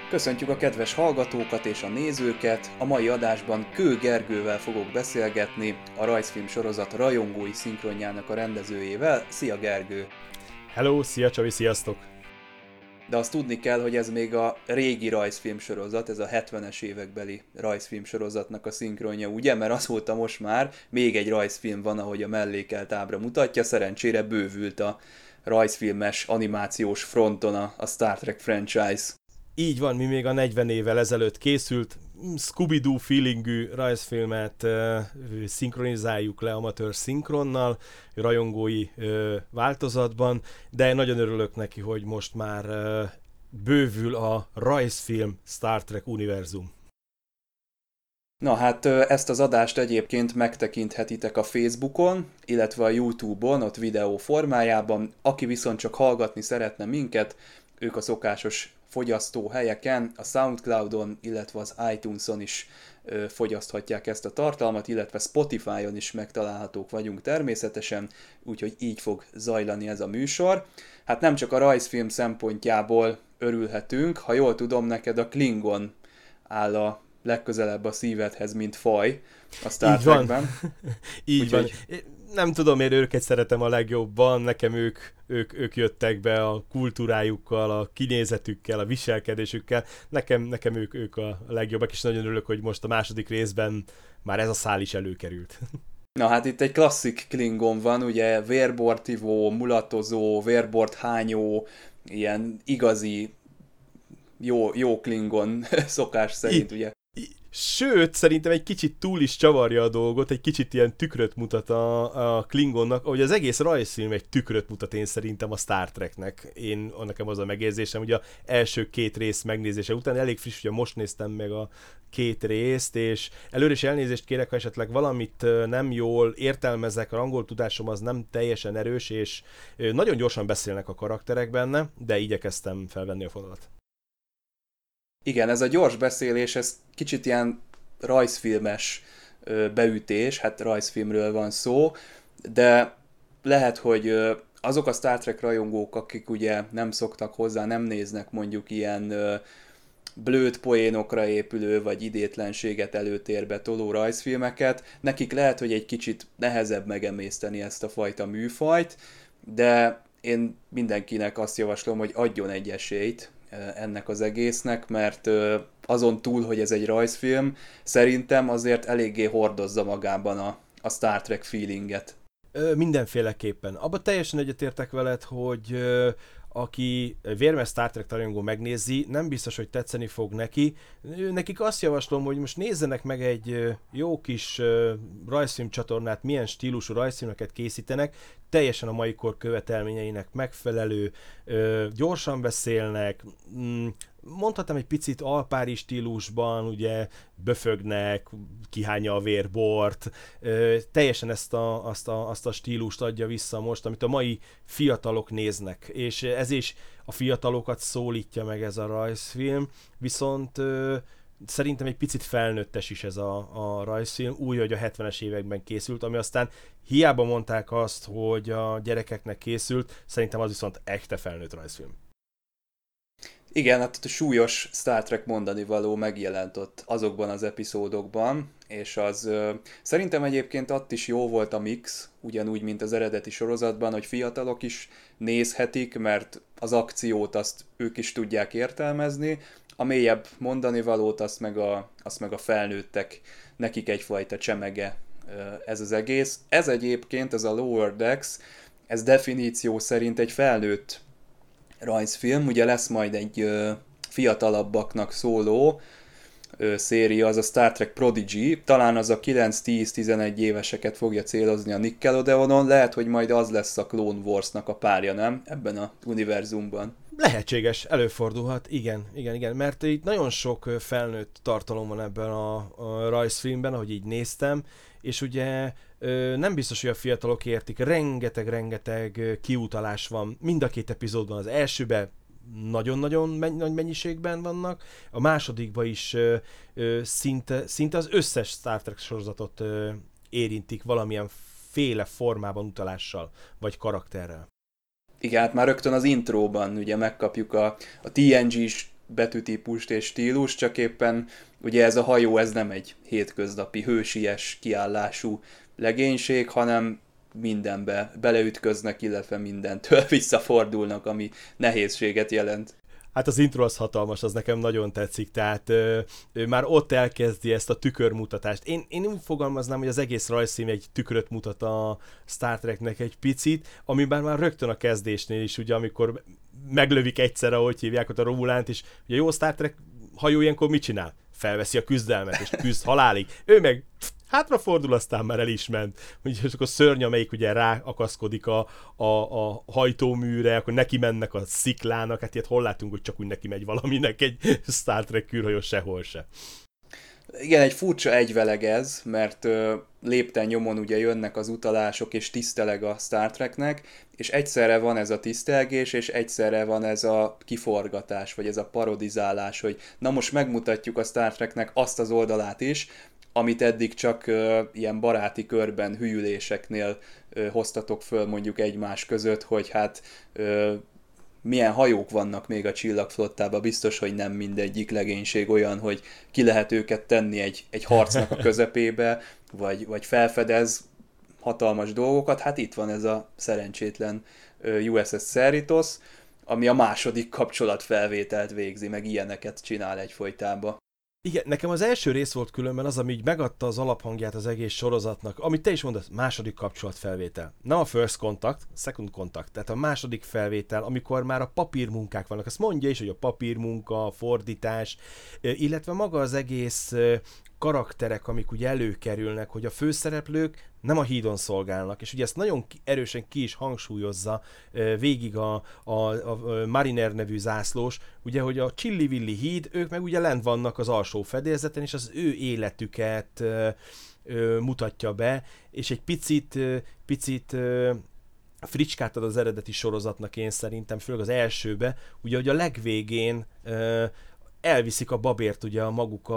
Köszöntjük a kedves hallgatókat és a nézőket! A mai adásban Kő Gergővel fogok beszélgetni, a rajzfilm sorozat rajongói szinkronjának a rendezőjével. Szia Gergő! Hello, szia Csavi, sziasztok! De azt tudni kell, hogy ez még a régi rajzfilm sorozat, ez a 70-es évekbeli rajzfilm sorozatnak a szinkronja, ugye? Mert azóta most már még egy rajzfilm van, ahogy a mellékelt ábra mutatja, szerencsére bővült a rajzfilmes animációs fronton a Star Trek franchise. Így van, mi még a 40 évvel ezelőtt készült Scooby-Doo feelingű rajzfilmet szinkronizáljuk le amatőr szinkronnal, rajongói változatban, de nagyon örülök neki, hogy most már bővül a rajzfilm Star Trek univerzum. Na hát ezt az adást egyébként megtekinthetitek a Facebookon, illetve a YouTube-on, ott videó formájában. Aki viszont csak hallgatni szeretne minket, ők a szokásos fogyasztóhelyeken, a Soundcloudon, illetve az iTunes-on is fogyaszthatják ezt a tartalmat, illetve Spotify-on is megtalálhatók vagyunk természetesen, úgyhogy így fog zajlani ez a műsor. Hát nem csak a rajzfilm szempontjából örülhetünk, ha jól tudom, neked a Klingon áll a legközelebb a szívedhez, mint faj a Star Trekben. Így van. Nem tudom, én őket szeretem a legjobban, nekem ők jöttek be a kultúrájukkal, a kinézetükkel, a viselkedésükkel, nekem ők a legjobbak, és nagyon örülök, hogy most a második részben már ez a szál is előkerült. Na hát itt egy klasszik Klingon van, ugye vérbortivó, mulatozó, vérbort hányó, ilyen igazi jó Klingon szokás szerint, ugye. Sőt, szerintem egy kicsit túl is csavarja a dolgot, egy kicsit ilyen tükröt mutat a Klingonnak, ahogy az egész rajzfilm egy tükröt mutat én szerintem a Star Treknek. Nekem az a megérzésem, ugye az első két rész megnézése után, elég friss, ugye most néztem meg a két részt, és előre is elnézést kérek, ha esetleg valamit nem jól értelmezek, a angol tudásom az nem teljesen erős, és nagyon gyorsan beszélnek a karakterek benne, de igyekeztem felvenni a fonalat. Igen, ez a gyors beszélés, ez kicsit ilyen rajzfilmes beütés, hát rajzfilmről van szó, de lehet, hogy azok a Star Trek rajongók, akik ugye nem szoktak hozzá, nem néznek mondjuk ilyen blőd poénokra épülő, vagy idétlenséget előtérbe toló rajzfilmeket, nekik lehet, hogy egy kicsit nehezebb megemészteni ezt a fajta műfajt, de én mindenkinek azt javaslom, hogy adjon egy esélyt ennek az egésznek, mert azon túl, hogy ez egy rajzfilm, szerintem azért eléggé hordozza magában a Star Trek feelinget. Mindenféleképpen. Abba teljesen egyetértek veled, hogy aki vérmes Star Trek rajongó megnézi, nem biztos, hogy tetszeni fog neki. Nekik azt javaslom, hogy most nézzenek meg egy jó kis rajzfilm csatornát, milyen stílusú rajzfilmeket készítenek, teljesen a mai kor követelményeinek megfelelő, gyorsan beszélnek, mondhatnám egy picit alpári stílusban, ugye böfögnek, kihányja a vérbort, teljesen azt a stílust adja vissza most, amit a mai fiatalok néznek, és ez is a fiatalokat szólítja meg ez a rajzfilm, viszont szerintem egy picit felnőttes is ez a rajzfilm, úgy, hogy a 70-es években készült, ami aztán hiába mondták azt, hogy a gyerekeknek készült, szerintem az viszont echte felnőtt rajzfilm. Igen, hát a súlyos Star Trek mondani való megjelent ott azokban az epizódokban, és az szerintem egyébként ott is jó volt a mix, ugyanúgy, mint az eredeti sorozatban, hogy fiatalok is nézhetik, mert az akciót azt ők is tudják értelmezni, a mélyebb mondani valót azt meg a felnőttek, nekik egyfajta csemege ez az egész. Ez egyébként, ez a Lower Decks, ez definíció szerint egy felnőtt rajzfilm, ugye lesz majd egy fiatalabbaknak szóló széria, az a Star Trek Prodigy, talán az a 9-10-11 éveseket fogja célozni a Nickelodeonon, lehet, hogy majd az lesz a Clone Wars-nak a párja, nem? Ebben a univerzumban. Lehetséges, előfordulhat, igen, mert itt nagyon sok felnőtt tartalom van ebben a rajzfilmben, ahogy így néztem, és ugye nem biztos, hogy a fiatalok értik, rengeteg kiutalás van, mind a két epizódban, az elsőben nagyon-nagyon nagy mennyiségben vannak, a másodikban is szinte az összes Star Trek sorozatot érintik valamilyen féle formában utalással, vagy karakterrel. Igen, hát már rögtön az intróban ugye megkapjuk a TNG-s betűtípust és stílus, csak éppen ugye ez a hajó, ez nem egy hétköznapi hősies kiállású legénység, hanem mindenbe beleütköznek, illetve mindentől visszafordulnak, ami nehézséget jelent. Hát az intro az hatalmas, az nekem nagyon tetszik, tehát ő már ott elkezdi ezt a tükörmutatást. Én úgy fogalmaznám, hogy az egész rajzfilm egy tükröt mutat a Star Treknek egy picit, amiben már rögtön a kezdésnél is, ugye amikor meglövik egyszerre, ahogy hívják ott a Romulánt, és ugye jó Star Trek hajó ilyenkor mit csinál? Felveszi a küzdelmet, és küzd halálig. Ő meg hátrafordul, aztán már el is ment. Ugye, és akkor szörny, amelyik ugye ráakaszkodik a hajtóműre, akkor neki mennek a sziklának, hát ilyet hol látunk, hogy csak úgy neki megy valaminek egy Star Trek űrhajó, sehol se. Igen, egy furcsa egyveleg ez, mert lépten nyomon ugye jönnek az utalások, és tiszteleg a Star Treknek, és egyszerre van ez a tisztelgés, és egyszerre van ez a kiforgatás, vagy ez a parodizálás, hogy na most megmutatjuk a Star Treknek azt az oldalát is, amit eddig csak ilyen baráti körben, hülyüléseknél hoztatok föl mondjuk egymás között, hogy hát milyen hajók vannak még a csillagflottában, biztos, hogy nem mindegyik legénység olyan, hogy ki lehet őket tenni egy harcnak a közepébe, vagy felfedez hatalmas dolgokat. Hát itt van ez a szerencsétlen USS Cerritos, ami a második kapcsolatfelvételt végzi, meg ilyeneket csinál egyfolytában. Igen, nekem az első rész volt különben az, ami így megadta az alaphangját az egész sorozatnak, amit te is mondasz, második kapcsolatfelvétel. Nem a first contact, second contact, tehát a második felvétel, amikor már a papírmunkák vannak. Azt mondja is, hogy a papírmunka, a fordítás, illetve maga az egész karakterek, amik ugye előkerülnek, hogy a főszereplők nem a hídon szolgálnak, és ugye ezt nagyon erősen ki is hangsúlyozza végig a Mariner nevű zászlós, ugye, hogy a Csillivilli híd, ők meg ugye lent vannak az alsó fedélzeten, és az ő életüket mutatja be, és egy picit fricskát ad az eredeti sorozatnak én szerintem, főleg az elsőbe, ugye, hogy a legvégén elviszik a babért ugye maguk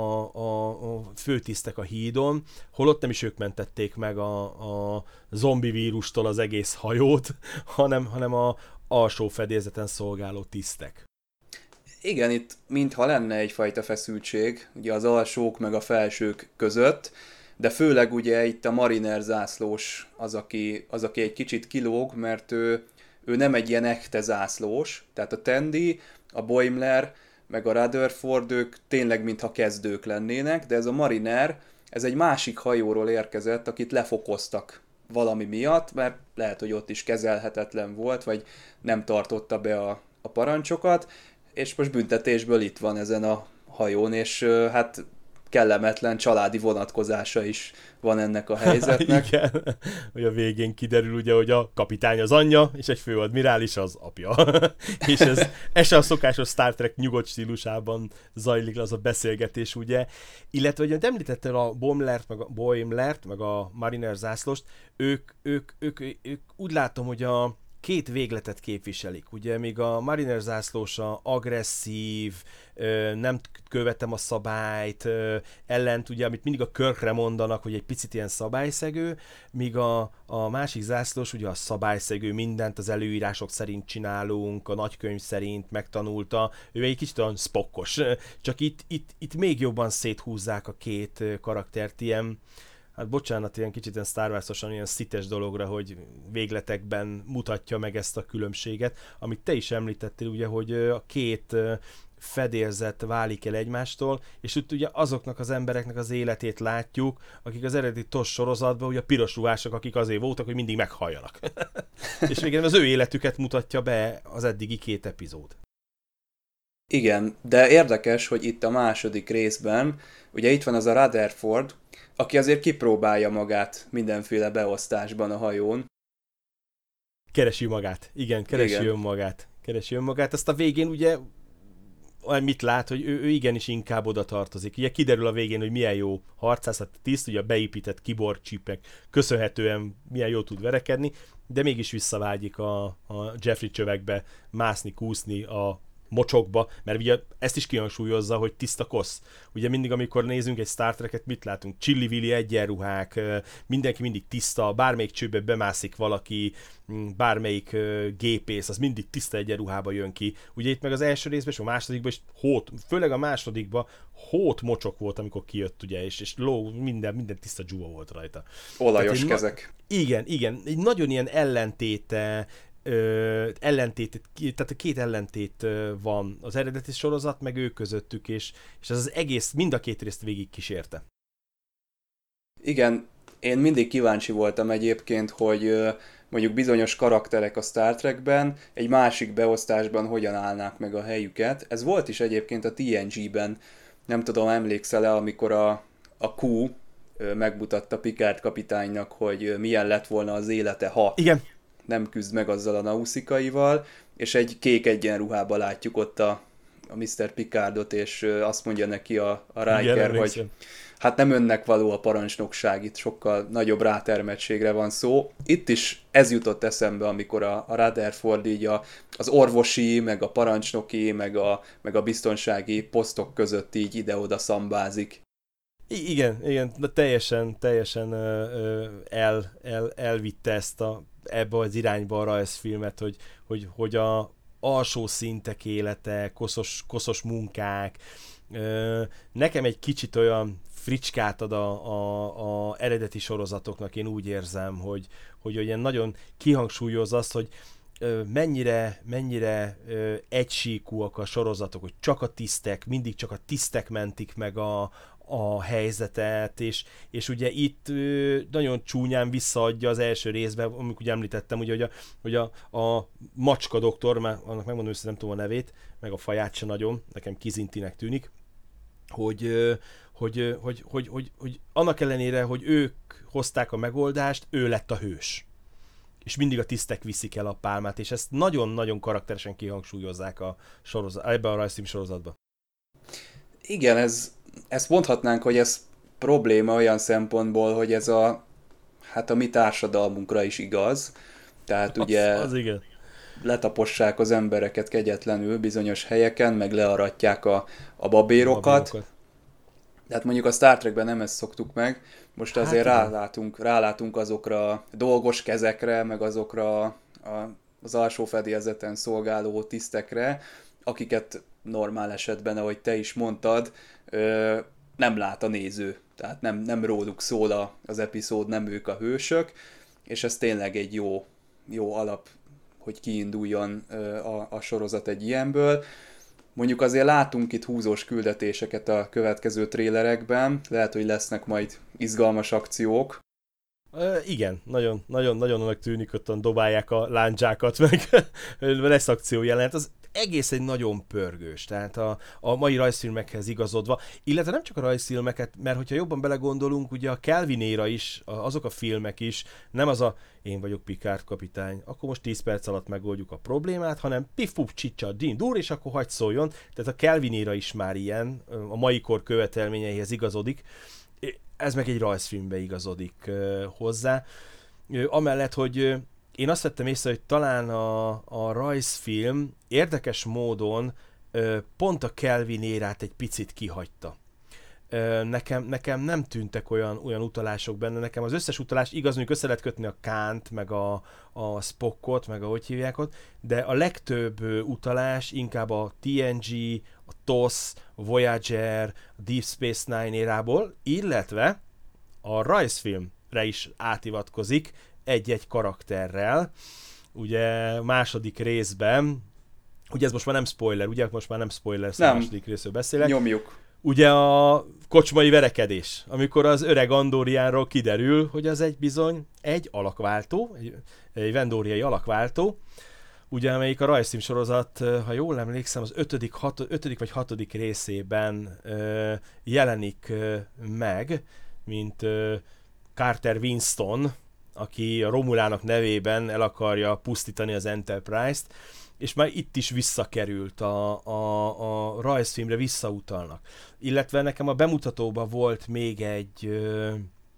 a főtisztek a hídon, holott nem is ők mentették meg a zombi vírustól az egész hajót, hanem a alsó fedélzeten szolgáló tisztek. Igen, itt mintha lenne egyfajta feszültség, ugye az alsók meg a felsők között, de főleg ugye itt a Mariner zászlós az, aki egy kicsit kilóg, mert ő nem egy ilyen echte zászlós, tehát a Tandy, a Boimler, meg a Rutherford, ők tényleg mintha kezdők lennének, de ez a Mariner, ez egy másik hajóról érkezett, akit lefokoztak valami miatt, mert lehet, hogy ott is kezelhetetlen volt, vagy nem tartotta be a parancsokat, és most büntetésből itt van ezen a hajón, és hát kellemetlen családi vonatkozása is van ennek a helyzetnek. Igen, hogy a végén kiderül ugye, hogy a kapitány az anyja, és egy főadmirális az apja. És ez se a szokásos Star Trek nyugodt stílusában zajlik az a beszélgetés, ugye. Illetve, hogy említetted a Boimlert, meg a Mariner zászlóst, ők úgy látom, hogy a két végletet képviselik. Ugye még a Mariner zászlósa agresszív, nem követem a szabályt, ellent, ugye, amit mindig a Kirkre mondanak, hogy egy picit ilyen szabályszegő, míg a másik zászlós, ugye a szabályszegő, mindent az előírások szerint csinálunk, a nagykönyv szerint megtanulta, ő egy kicsit olyan Spockos. Csak itt még jobban széthúzzák a két karaktert, ilyen, hát bocsánat, ilyen kicsit ilyen Star Wars-osan ilyen szites dologra, hogy végletekben mutatja meg ezt a különbséget, amit te is említettél, ugye, hogy a két fedélzet válik el egymástól, és itt ugye azoknak az embereknek az életét látjuk, akik az eredeti TOS sorozatban, ugye a piros ruhások, akik azért voltak, hogy mindig meghalljanak. És végén az ő életüket mutatja be az eddigi két epizód. Igen, de érdekes, hogy itt a második részben, ugye itt van az a Rutherford, aki azért kipróbálja magát mindenféle beosztásban a hajón. Keresi magát, igen, keresi önmagát. Azt a végén ugye mit lát, hogy ő igenis inkább oda tartozik. Ugye kiderül a végén, hogy milyen jó harcászat, tiszt, ugye a beépített keyboard chipek köszönhetően milyen jó tud verekedni, de mégis visszavágyik a Jeffrey csövekbe mászni, kúszni a mocsokba, mert ugye ezt is kihangsúlyozza, hogy tiszta kosz. Ugye mindig, amikor nézünk egy Star Trek-et, mit látunk? Csillivilli egyenruhák, mindenki mindig tiszta, bármelyik csőbe bemászik valaki, bármelyik gépész, az mindig tiszta egyenruhába jön ki. Ugye itt meg az első részben és a másodikban is főleg a másodikban mocsok volt, amikor kijött, ugye, és ló, minden tiszta dzsúva volt rajta. Olajos kezek. Igen, egy nagyon ilyen tehát a két ellentét van az eredeti sorozat, meg ők közöttük, és az egész, mind a két részt végig kísérte. Igen, én mindig kíváncsi voltam egyébként, hogy mondjuk bizonyos karakterek a Star Trekben egy másik beosztásban hogyan állnák meg a helyüket. Ez volt is egyébként a TNG-ben, nem tudom, emlékszel-e, amikor a Q megmutatta Picard kapitánynak, hogy milyen lett volna az élete, ha igen. nem küzd meg azzal a nauszikaival, és egy kék egyenruhában látjuk ott a Mr. Picardot, és azt mondja neki a Riker, hogy hát nem önnek való a parancsnokság, itt sokkal nagyobb rátermettségre van szó. Itt is ez jutott eszembe, amikor a Rutherford így az orvosi, meg a parancsnoki, meg a biztonsági posztok között így ide-oda szambázik. Igen, de teljesen elvitte ezt ebbe az irányba a rajzfilmet, hogy a alsó szintek élete, koszos munkák, nekem egy kicsit olyan fricskát ad a eredeti sorozatoknak, én úgy érzem, hogy olyan nagyon kihangsúlyoz azt, hogy mennyire egysíkúak a sorozatok, hogy csak a tisztek, mindig csak a tisztek mentik meg a helyzetet, és ugye itt nagyon csúnyán visszaadja az első részben, amikor ugye említettem, ugye, hogy a macska doktor, már annak megmondom össze, nem tudom a nevét, meg a faját se nagyon, nekem Kizintinek tűnik, hogy annak ellenére, hogy ők hozták a megoldást, ő lett a hős. És mindig a tisztek viszik el a pálmát, és ezt nagyon-nagyon karakteresen kihangsúlyozzák ebben a rajzfilm sorozatban. Igen, ezt mondhatnánk, hogy ez probléma olyan szempontból, hogy ez a mi társadalmunkra is igaz. Tehát ugye az igen. letapossák az embereket kegyetlenül bizonyos helyeken, meg learatják a babérokat. Tehát mondjuk a Star Trekben nem ezt szoktuk meg. Most azért rálátunk azokra a dolgos kezekre, meg azokra az alsó fedélzeten szolgáló tisztekre, akiket normál esetben, ahogy te is mondtad, nem lát a néző. Tehát nem róluk szól az epizód, nem ők a hősök, és ez tényleg egy jó alap, hogy kiinduljon a sorozat egy ilyenből. Mondjuk azért látunk itt húzós küldetéseket a következő trélerekben, lehet, hogy lesznek majd izgalmas akciók. Igen, nagyon tűnik, ottan dobálják a lándzsákat, meg lesz akció jelent. Az egész egy nagyon pörgős, tehát a mai rajzfilmekhez igazodva, illetve nem csak a rajzfilmeket, mert hogyha jobban belegondolunk, ugye a Kelvinéra is, azok a filmek is, nem az én vagyok Picard kapitány, akkor most 10 perc alatt megoldjuk a problémát, hanem pif-pup csicsa din dur, és akkor hagy szóljon. Tehát a Kelvinéra is már ilyen, a mai kor követelményeihez igazodik, ez meg egy rajzfilmbe igazodik hozzá. Amellett, hogy én azt vettem észre, hogy talán a rajzfilm érdekes módon pont a Kelvin érát egy picit kihagyta. Nekem nem tűntek olyan utalások benne, nekem az összes utalás, igaz, mondjuk össze lehet kötni a Kánt, meg a Spockot, meg ahogy hívják ott, de a legtöbb utalás inkább a TNG, a TOS, a Voyager, a Deep Space Nine érából, illetve a rajzfilmre is átivatkozik egy-egy karakterrel. Ugye második részben, ugye ez most már nem spoiler, ugye most már nem spoiler, a második részről beszélek. Nyomjuk. Ugye a kocsmai verekedés, amikor az öreg Andoriánról kiderül, hogy az egy alakváltó, egy vendóriai alakváltó, ugye amelyik a rajzfilm sorozat, ha jól emlékszem, az 5. vagy 6. részében jelenik meg, mint Carter Winston, aki a Romulának nevében el akarja pusztítani az Enterprise-t, és már itt is visszakerült a rajzfilmre, visszautalnak. Illetve nekem a bemutatóban volt még egy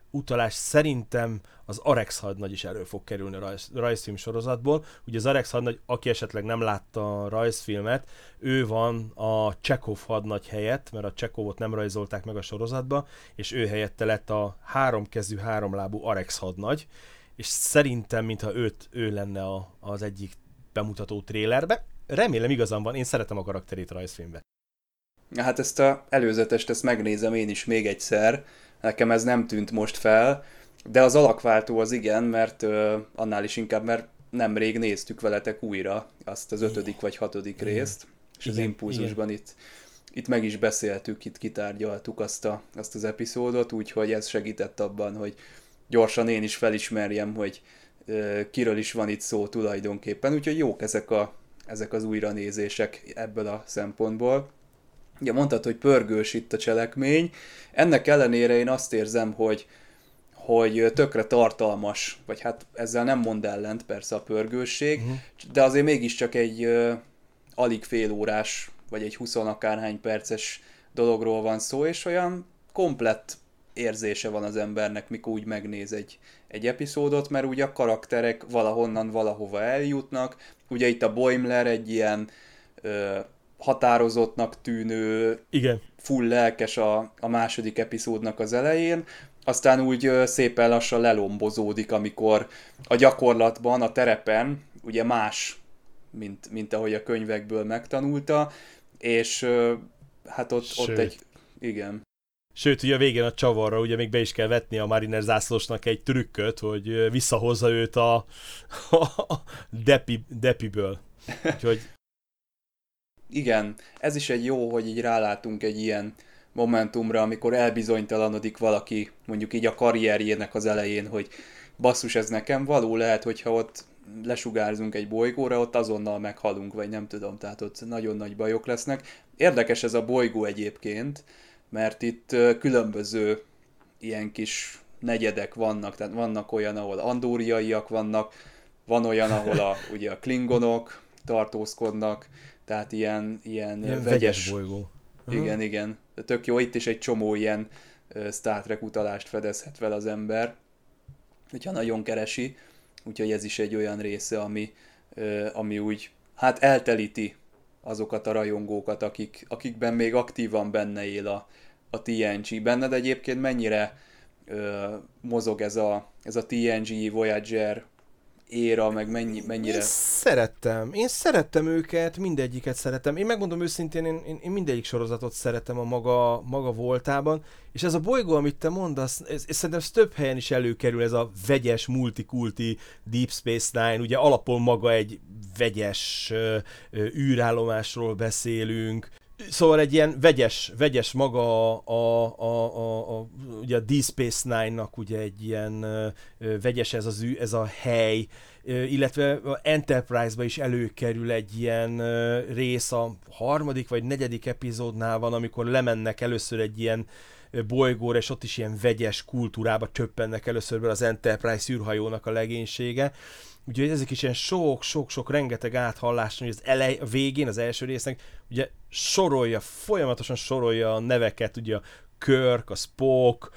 utalás szerintem az Arex hadnagy is elő fog kerülni a rajzfilm sorozatból. Ugye az Arex hadnagy, aki esetleg nem látta a rajzfilmet, ő van a Chekhov hadnagy helyett, mert a Chekhovot nem rajzolták meg a sorozatba, és ő helyette lett a háromkezű, háromlábú Arex hadnagy, és szerintem, mintha ő lenne az egyik bemutató trélerbe. Remélem igazam van, én szeretem a karakterét a rajzfilmben. Hát ezt a előzetest, ezt megnézem én is még egyszer, nekem ez nem tűnt most fel, de az alakváltó az igen, mert annál is inkább, mert nemrég néztük veletek újra azt az 5. vagy 6. részt, és igen, az Impulzusban itt meg is beszéltük, itt kitárgyaltuk azt az epizódot, úgyhogy ez segített abban, hogy gyorsan én is felismerjem, hogy kiről is van itt szó tulajdonképpen, úgyhogy jók ezek az újranézések ebből a szempontból. Ugye mondtad, hogy pörgős itt a cselekmény, ennek ellenére én azt érzem, hogy tökre tartalmas, vagy hát ezzel nem mond ellent persze a pörgősség, de azért mégiscsak egy alig fél órás, vagy egy 20 akárhány perces dologról van szó, és olyan komplett érzése van az embernek, mikor úgy megnéz egy epizódot, mert ugye a karakterek valahonnan valahova eljutnak, ugye itt a Boimler egy ilyen határozottnak tűnő, igen, full lelkes a második epizódnak az elején, aztán úgy szépen lassan lelombozódik, amikor a gyakorlatban, a terepen ugye más, mint ahogy a könyvekből megtanulta, és hát ott egy... Igen. Sőt, ugye a végén a csavarra ugye még be is kell vetni a Mariner zászlósnak egy trükköt, hogy visszahozza őt a depiből. Úgyhogy... Igen, ez is egy jó, hogy így rálátunk egy ilyen momentumra, amikor elbizonytalanodik valaki, mondjuk így a karrierjének az elején, hogy basszus, ez nekem való, lehet, hogyha ott lesugárzunk egy bolygóra, ott azonnal meghalunk, vagy nem tudom, tehát ott nagyon nagy bajok lesznek. Érdekes ez a bolygó egyébként, mert itt különböző ilyen kis negyedek vannak, tehát vannak olyan, ahol andóriaiak vannak, van olyan, ahol ugye a klingonok tartózkodnak, tehát ilyen vegyes bolygó. Igen. De tök jó, itt is egy csomó ilyen Star Trek utalást fedezhet fel az ember, hogyha nagyon keresi, úgyhogy ez is egy olyan része, ami úgy, hát eltelíti azokat a rajongókat, akikben még aktívan benne él a TNG. Benned egyébként mennyire mozog ez a TNG, Voyager éra, meg mennyire... Én szerettem őket, mindegyiket szeretem. Én megmondom őszintén, én mindegyik sorozatot szeretem a maga voltában, és ez a bolygó, amit te mondasz, ez szerintem több helyen is előkerül, ez a vegyes, multikulti Deep Space Nine, ugye alapból maga egy vegyes űrállomásról beszélünk, szóval egy ilyen vegyes maga ugye a Deep Space Nine-nak ugye egy ilyen vegyes ez a hely, illetve a Enterprise-ba is előkerül egy ilyen rész, a 3. vagy 4. epizódnál van, amikor lemennek először egy ilyen bolygóra, és ott is ilyen vegyes kultúrába csöppennek először be az Enterprise űrhajónak a legénysége. Úgyhogy ezek is ilyen sok rengeteg áthallás, hogy a végén, az első résznek, ugye folyamatosan sorolja a neveket, ugye a Kirk, a Spock,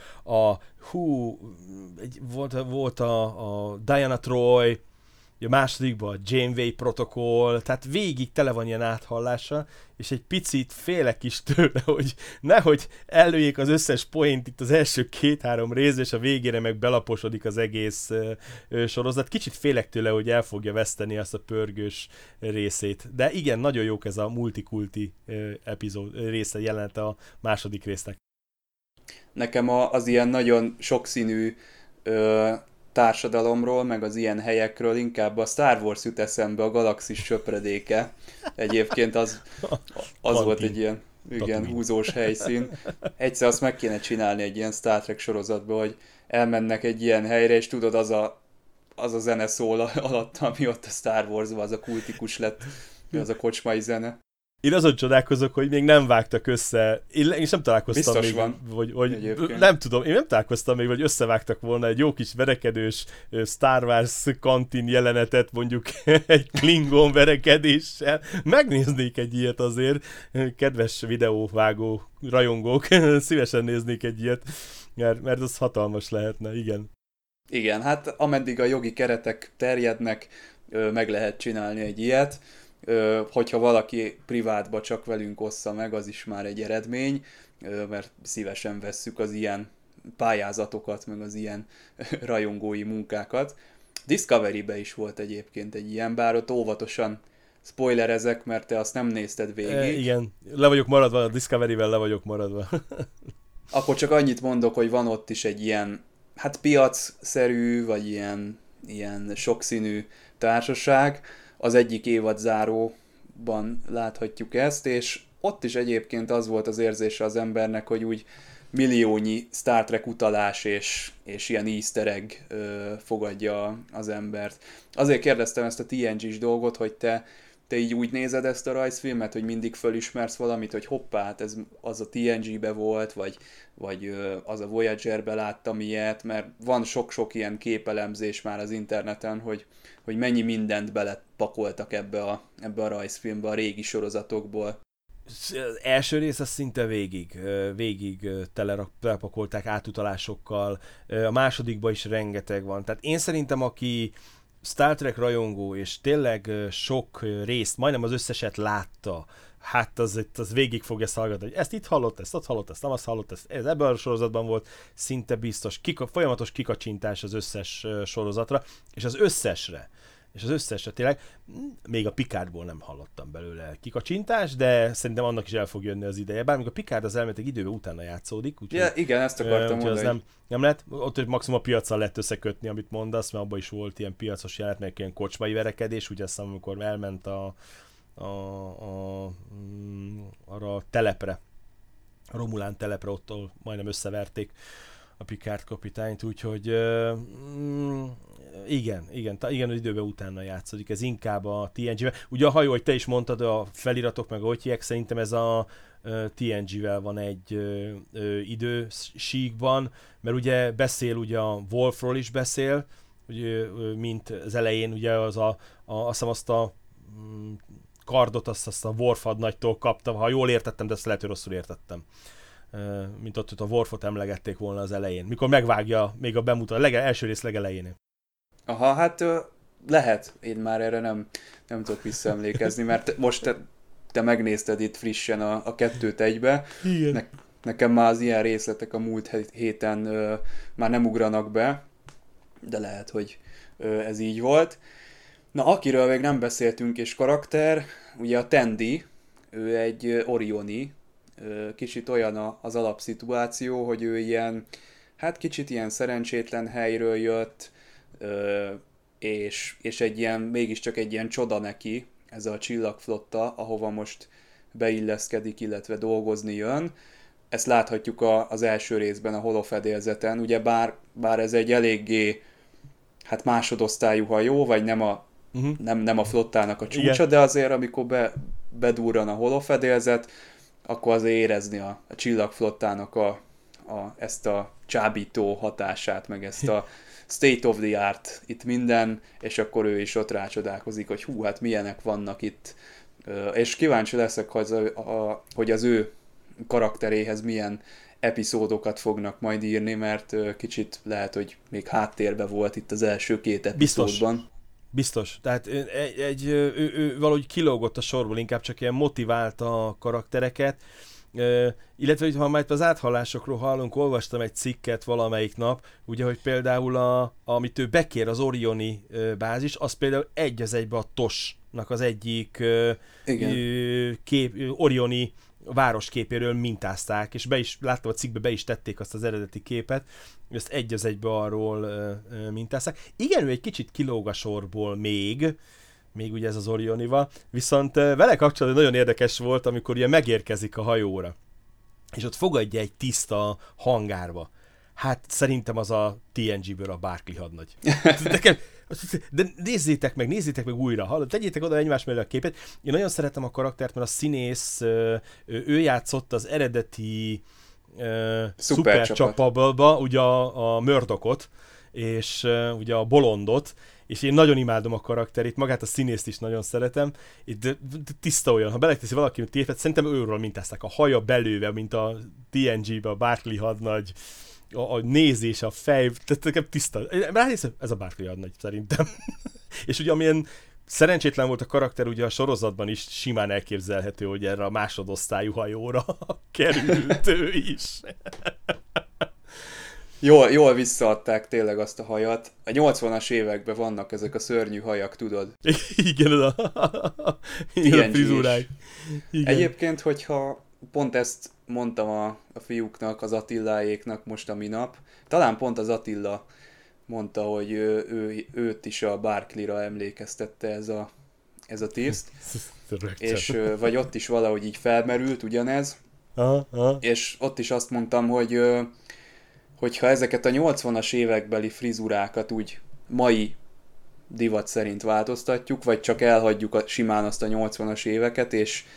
volt a Diana Troy, a másodikban a Janeway protokoll, tehát végig tele van ilyen áthallása, és egy picit félek is tőle, hogy nehogy előjék az összes point itt az első 2-3 rész, és a végére meg belaposodik az egész sorozat. Kicsit félek tőle, hogy el fogja veszteni azt a pörgős részét. De igen, nagyon jók ez a multikulti epizód része, jelent a második résznek. Nekem az ilyen nagyon sokszínű társadalomról, meg az ilyen helyekről inkább a Star Wars jut eszembe, a galaxis söpredéke. Egyébként az volt egy ilyen húzós helyszín. Egyszer azt meg kéne csinálni egy ilyen Star Trek sorozatban, hogy elmennek egy ilyen helyre, és tudod, az a zene szól alatt, ami ott a Star Wars-ban, az a kultikus lett, az a kocsmai zene. Én azon csodálkozok, hogy még nem vágtak össze. Én is nem találkoztam biztos még, van. Vagy nem tudom, én nem találkoztam még, hogy összevágtak volna egy jó kis verekedős Star Wars kantin jelenetet, mondjuk egy Klingon verekedéssel. Megnéznék egy ilyet azért, kedves videóvágó rajongók, szívesen néznék egy ilyet. mert az hatalmas lehetne, igen. Igen, hát ameddig a jogi keretek terjednek, meg lehet csinálni egy ilyet. Hogyha valaki privátba csak velünk ossza meg, az is már egy eredmény, mert szívesen vesszük az ilyen pályázatokat, meg az ilyen rajongói munkákat. Discovery-be is volt egyébként egy ilyen, bár ott óvatosan spoilerezek, mert te azt nem nézted végig. Igen, le vagyok maradva, a Discovery-vel le vagyok maradva. Akkor csak annyit mondok, hogy van ott is egy ilyen, hát piacszerű, vagy ilyen sokszínű társaság. Az egyik évad záróban láthatjuk ezt, és ott is egyébként az volt az érzése az embernek, hogy úgy milliónyi Star Trek utalás és ilyen easter egg fogadja az embert. Azért kérdeztem ezt a TNG-s dolgot, hogy te így úgy nézed ezt a rajzfilmet, hogy mindig fölismersz valamit, hogy hoppá, hát ez az a TNG-be volt, vagy az a Voyager-be láttam ilyet, mert van sok-sok ilyen képelemzés már az interneten, hogy mennyi mindent belepakoltak ebbe a rajzfilmbe a régi sorozatokból. Az első rész az szinte végig telepakolták átutalásokkal, a másodikban is rengeteg van. Tehát én szerintem, aki Star Trek rajongó, és tényleg sok részt, majdnem az összeset látta, hát az végig fogja szalgatni, hogy ezt itt hallott, ezt ott hallott, ezt nem azt hallott, ez ebben a sorozatban volt, szinte biztos. Folyamatos kikacsintás az összes sorozatra, és az összesre tényleg, még a Picardból nem hallottam belőle kikacsintás, de szerintem annak is el fog jönni az ideje. Bármikor a Picard az elméletileg időben utána játszódik. Úgyhogy, ja, igen, ezt akartam mondani. Az nem lehet, ott maximum a piaccal lehet összekötni, amit mondasz, mert abban is volt ilyen piacos jelenet, meg ilyen kocsmai verekedés, ugye azt hiszem, amikor elment arra a telepre, a Romulán telepre, ott majdnem összeverték a Picard kapitányt, úgyhogy igen, az időben utána játszódik, ez inkább a TNG-vel. Ugye a hajó, hogy te is mondtad, a feliratok meg ahogy hívják, szerintem ez a TNG-vel van egy idősíkban, mert ugye beszél, ugye a Worfról is beszél, ugye, mint az elején ugye azt hiszem azt a kardot, azt a Worf hadnagytól kaptam, ha jól értettem, de ezt lehet, hogy rosszul értettem. Mint ott a Worfot emlegették volna az elején, mikor megvágja még a bemutató, első rész legelején. Aha, hát lehet, én már erre nem tudok visszaemlékezni, mert most te megnézted itt frissen a kettőt egybe. Nekem már az ilyen részletek a múlt héten már nem ugranak be, de lehet, hogy ez így volt. Na, akiről még nem beszéltünk és karakter, ugye a Tendi, ő egy Orioni, kicsit olyan az alapszituáció, hogy ő ilyen, hát kicsit ilyen szerencsétlen helyről jött, és mégiscsak egy ilyen csoda neki, ez a csillagflotta, ahova most beilleszkedik, illetve dolgozni jön. Ezt láthatjuk az első részben a holofedélzeten, ugye bár ez egy eléggé hát másodosztályú hajó, vagy nem a flottának a csúcsa, igen. De azért amikor bedurran a holofedélzet, akkor azért érezni a csillagflottának ezt a csábító hatását, meg ezt a state of the art itt minden, és akkor ő is ott rácsodálkozik, hogy hú, hát milyenek vannak itt. És kíváncsi leszek, hogy az ő karakteréhez milyen epizódokat fognak majd írni, mert kicsit lehet, hogy még háttérbe volt itt az első 2 epizódban. Biztos. Tehát ő valahogy kilógott a sorból, inkább csak ilyen motiválta a karaktereket, illetve, hogy ha majd az áthallásokról hallunk, olvastam egy cikket valamelyik nap, ugye, hogy például amit ő bekér az Orioni bázis, az például egy az egybe a TOS-nak az egyik Orioni városképéről mintázták, és láttam a cikkbe, be is tették azt az eredeti képet, ezt egy az egybe arról mintázták. Igen, ő egy kicsit kilóg a sorból még ugye ez az Orionival, viszont vele kapcsolatban nagyon érdekes volt, amikor ugye megérkezik a hajóra, és ott fogadja egy tiszta hangárba. Hát szerintem az a TNG-ből a Barclay hadnagy. De nézzétek meg újra, tegyétek oda egymás mellé a képet. Én nagyon szeretem a karaktert, mert a színész, ő játszott az eredeti szupercsapatba, ugye a Murdochot, és ugye a bolondot, és én nagyon imádom a karakterét, magát a színészt is nagyon szeretem, de tiszta olyan, ha beleteszi valaki téved, szerintem őről mintázták, a haja belőve, mint a TNG-be, a Barclay hadnagy, a nézés, a fej, tehát nekem tiszta. Ránézem, ez a Barkley hadnagy szerintem. És ugye amilyen szerencsétlen volt a karakter, ugye a sorozatban is simán elképzelhető, hogy erre a másodosztályú hajóra került ő is. Jól visszaadták tényleg azt a hajat. A 80-as években vannak ezek a szörnyű hajak, tudod? Igen, a frizuráj. Egyébként, hogyha pont ezt mondtam a fiúknak, az Attiláéknak most a minap, talán pont az Attila mondta, hogy őt is a Barkleyra emlékeztette ez a tiszt, és vagy ott is valahogy így felmerült ugyanez, és ott is azt mondtam, hogyha ezeket a 80-as évekbeli frizurákat úgy mai divat szerint változtatjuk, vagy csak elhagyjuk simán azt a 80-as éveket,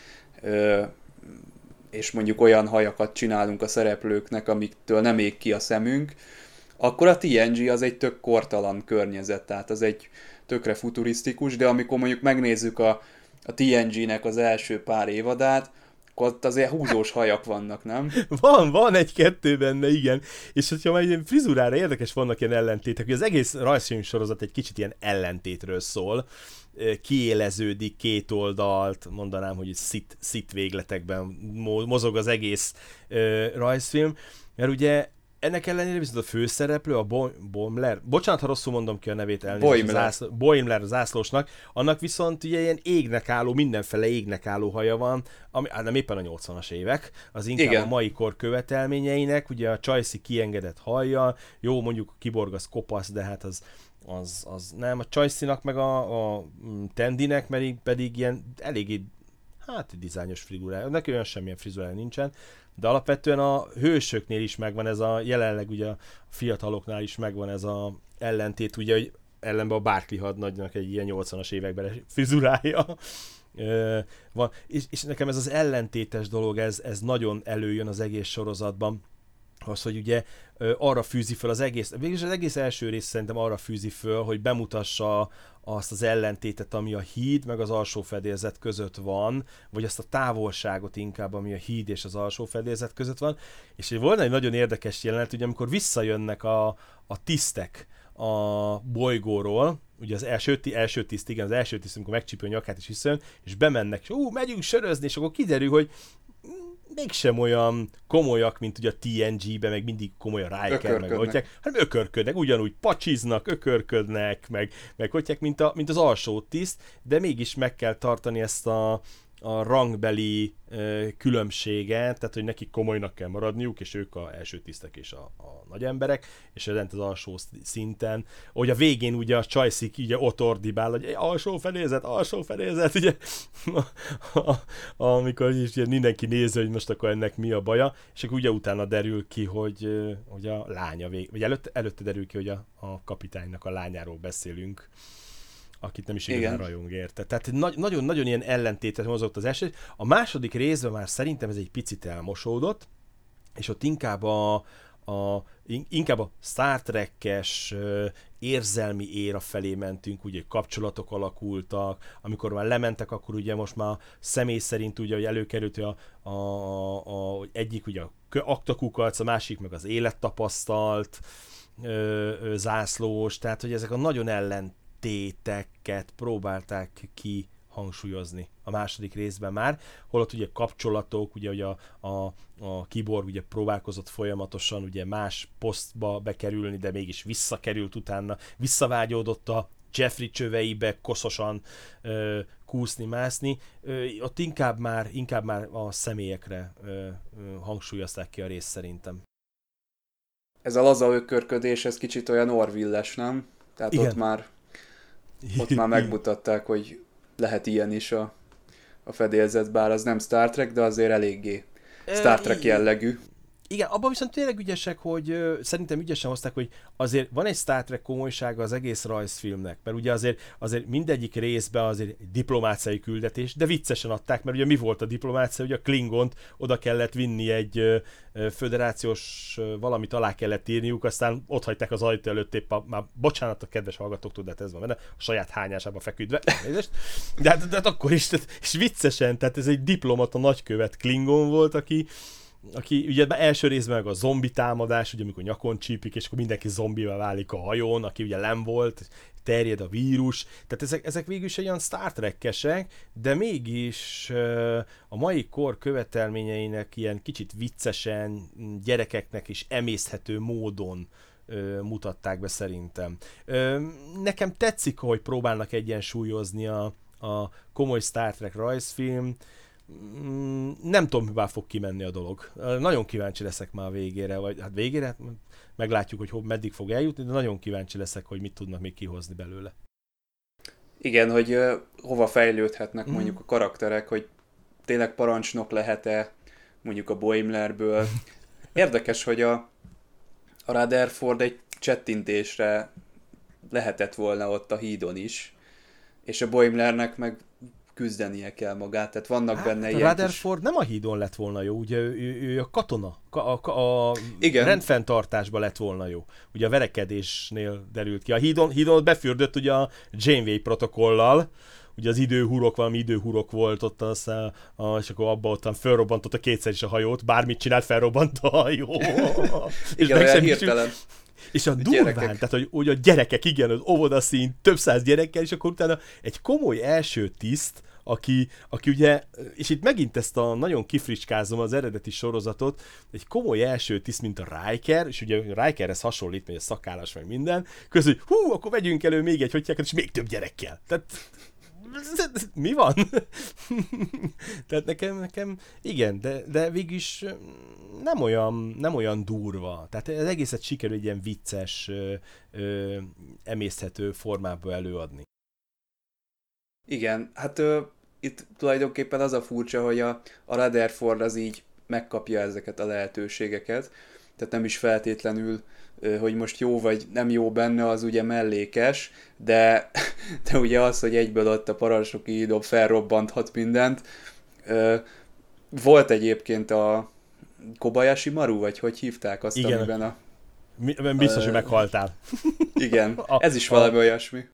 és mondjuk olyan hajakat csinálunk a szereplőknek, amiktől nem ég ki a szemünk, akkor a TNG az egy tök kortalan környezet, tehát az egy tökre futurisztikus, de amikor mondjuk megnézzük a TNG-nek az első pár évadát, akkor ott azért húzós hajak vannak, nem? Van egy-kettő benne, igen. És hogyha már ilyen frizurára érdekes vannak ilyen ellentétek, hogy az egész rajzfilm sorozat egy kicsit ilyen ellentétről szól, kiéleződik két oldalt, mondanám, hogy szit végletekben mozog az egész rajzfilm, mert ugye ennek ellenére viszont a főszereplő, a Boimler, bocsánat, ha rosszul mondom ki a nevét, Boimler zászlósnak, annak viszont ugye ilyen égnek álló, mindenfele égnek álló haja van, ami nem éppen a 80-as évek, az inkább igen. A mai kor követelményeinek, ugye a Csajci kiengedett hajjal, jó, mondjuk a Kiborg az kopasz, de hát az nem, a Csajcinak meg a Tendinek pedig ilyen eléggé, hát dizájnos frizurája, neki olyan semmilyen frizurája nincsen, de alapvetően a hősöknél is megvan ez jelenleg ugye a fiataloknál is megvan ez a ellentét, ugye, hogy ellenben a Barkley hadnagynak egy ilyen 80-as években frizurája van, és nekem ez az ellentétes dolog, ez nagyon előjön az egész sorozatban, az, hogy ugye arra fűzi föl az egész első rész szerintem arra fűzi föl, hogy bemutassa azt az ellentétet, ami a híd meg az alsó fedélzet között van, vagy azt a távolságot inkább, ami a híd és az alsó fedélzet között van, és volna egy nagyon érdekes jelenet, ugye amikor visszajönnek a tisztek a bolygóról, ugye az első tiszt, amikor megcsípő a nyakát és visszajön, és bemennek, és megyünk sörözni, és akkor kiderül, hogy mégsem olyan komolyak, mint ugye a TNG-ben, meg mindig komolyan Riker, meg hogyják, hanem ökörködnek, ugyanúgy pacsiznak, ökörködnek, meg hogyják, mint az alsó tiszt, de mégis meg kell tartani ezt a rangbeli különbséget, tehát hogy nekik komolynak kell maradniuk, és ők az első tisztek és a nagy emberek, és ez az alsó szinten. Hogy a végén ugye a Csajszik ugye ott ordibál, hogy alsó fedélzet, ugye, amikor is mindenki nézi, hogy most akkor ennek mi a baja, és akkor ugye utána derül ki, hogy a lánya vagy előtte derül ki, hogy a kapitánynak a lányáról beszélünk, akit nem is igazán rajong érte. Tehát nagyon-nagyon ilyen ellentétes mozogott az első. A második részben már szerintem ez egy picit elmosódott, és ott inkább a Star Trek-es érzelmi éra felé mentünk, ugye kapcsolatok alakultak, amikor már lementek, akkor ugye most már személy szerint ugye, hogy előkerült, hogy egyik ugye a aktakukac, a másik meg az élettapasztalt zászlós, tehát hogy ezek a nagyon ellentéteket próbálták kihangsúlyozni a második részben már, holott ugye kapcsolatok, ugye a Kiborg ugye próbálkozott folyamatosan ugye más posztba bekerülni, de mégis visszakerült utána, visszavágyódott a Jeffrey csöveibe koszosan kúszni-mászni, ott inkább már a személyekre hangsúlyozták ki a részt szerintem. Ez a laza ökörködés, ez kicsit olyan Orville-es, nem? Tehát igen. Ott már megmutatták, hogy lehet ilyen is a fedélzet, bár az nem Star Trek, de azért eléggé Star Trek jellegű. Igen, abban viszont tényleg ügyesek, hogy szerintem ügyesen hozták, hogy azért van egy Star Trek komolysága az egész rajzfilmnek, mert ugye azért mindegyik részben azért egy diplomáciai küldetés, de viccesen adták, mert ugye mi volt a diplomácia, ugye a Klingont oda kellett vinni egy föderációs valamit alá kellett írniuk, aztán ott hagyták az ajtó előtt épp már bocsánat a kedves hallgatóktól, de hát ez van benne, a saját hányásába feküdve, de hát akkor is, és viccesen, tehát ez egy diplomata nagykövet Klingon volt, aki aki ugye első részben meg a zombi támadás, ugye amikor nyakon csípik, és akkor mindenki zombival válik a hajón, aki ugye nem volt, terjed a vírus, tehát ezek végül is olyan Star Trek-esek, de mégis a mai kor követelményeinek ilyen kicsit viccesen, gyerekeknek is emészthető módon mutatták be szerintem. Nekem tetszik, hogy próbálnak egyensúlyozni a komoly Star Trek rajzfilm. Nem tudom, miből fog kimenni a dolog. Nagyon kíváncsi leszek már a végére, vagy hát végére, hát meglátjuk, hogy meddig fog eljutni, de nagyon kíváncsi leszek, hogy mit tudnak még kihozni belőle. Igen, hogy hova fejlődhetnek mondjuk a karakterek, hogy tényleg parancsnok lehet-e mondjuk a Boimlerből. Érdekes, hogy a Rutherford egy csettintésre lehetett volna ott a hídon is, és a Boimlernek meg küzdenie kell magát, tehát vannak benne ilyen Rutherford nem a hídon lett volna jó, ugye ő a katona, a igen. Rendfenntartásban lett volna jó. Ugye a verekedésnél derült ki. A hídon ott befürdött ugye a Janeway protokollal, ugye az valami időhurok volt ott, aztán, és akkor abba ottan felrobbantotta kétszer is a hajót, bármit csinált, felrobbant a hajó. Igen, olyan hirtelen. És a durván, tehát hogy a gyerekek, igen, az óvodaszín, több száz gyerekkel, és akkor utána egy komoly első tiszt, aki ugye, és itt megint ezt a nagyon kifricskázom az eredeti sorozatot, egy komoly első tiszt, mint a Riker, és ugye Rikerhez hasonlít, mert a szakállas meg minden, közül, hogy akkor vegyünk elő még egy hotyákat, és még több gyerekkel. Tehát mi van? Tehát nekem igen, de végülis nem olyan durva. Tehát az egészet sikerül egy ilyen vicces, emészthető formába előadni. Igen, hát itt tulajdonképpen az a furcsa, hogy a Rutherford az így megkapja ezeket a lehetőségeket, tehát nem is feltétlenül, hogy most jó vagy nem jó benne, az ugye mellékes, de ugye az, hogy egyből ott a parancsnoki hídon felrobbanthat mindent. Volt egyébként a Kobayashi Maru, vagy hogy hívták azt, igen. amiben a... Biztos, hogy meghaltál. Igen, ez is valami olyasmi.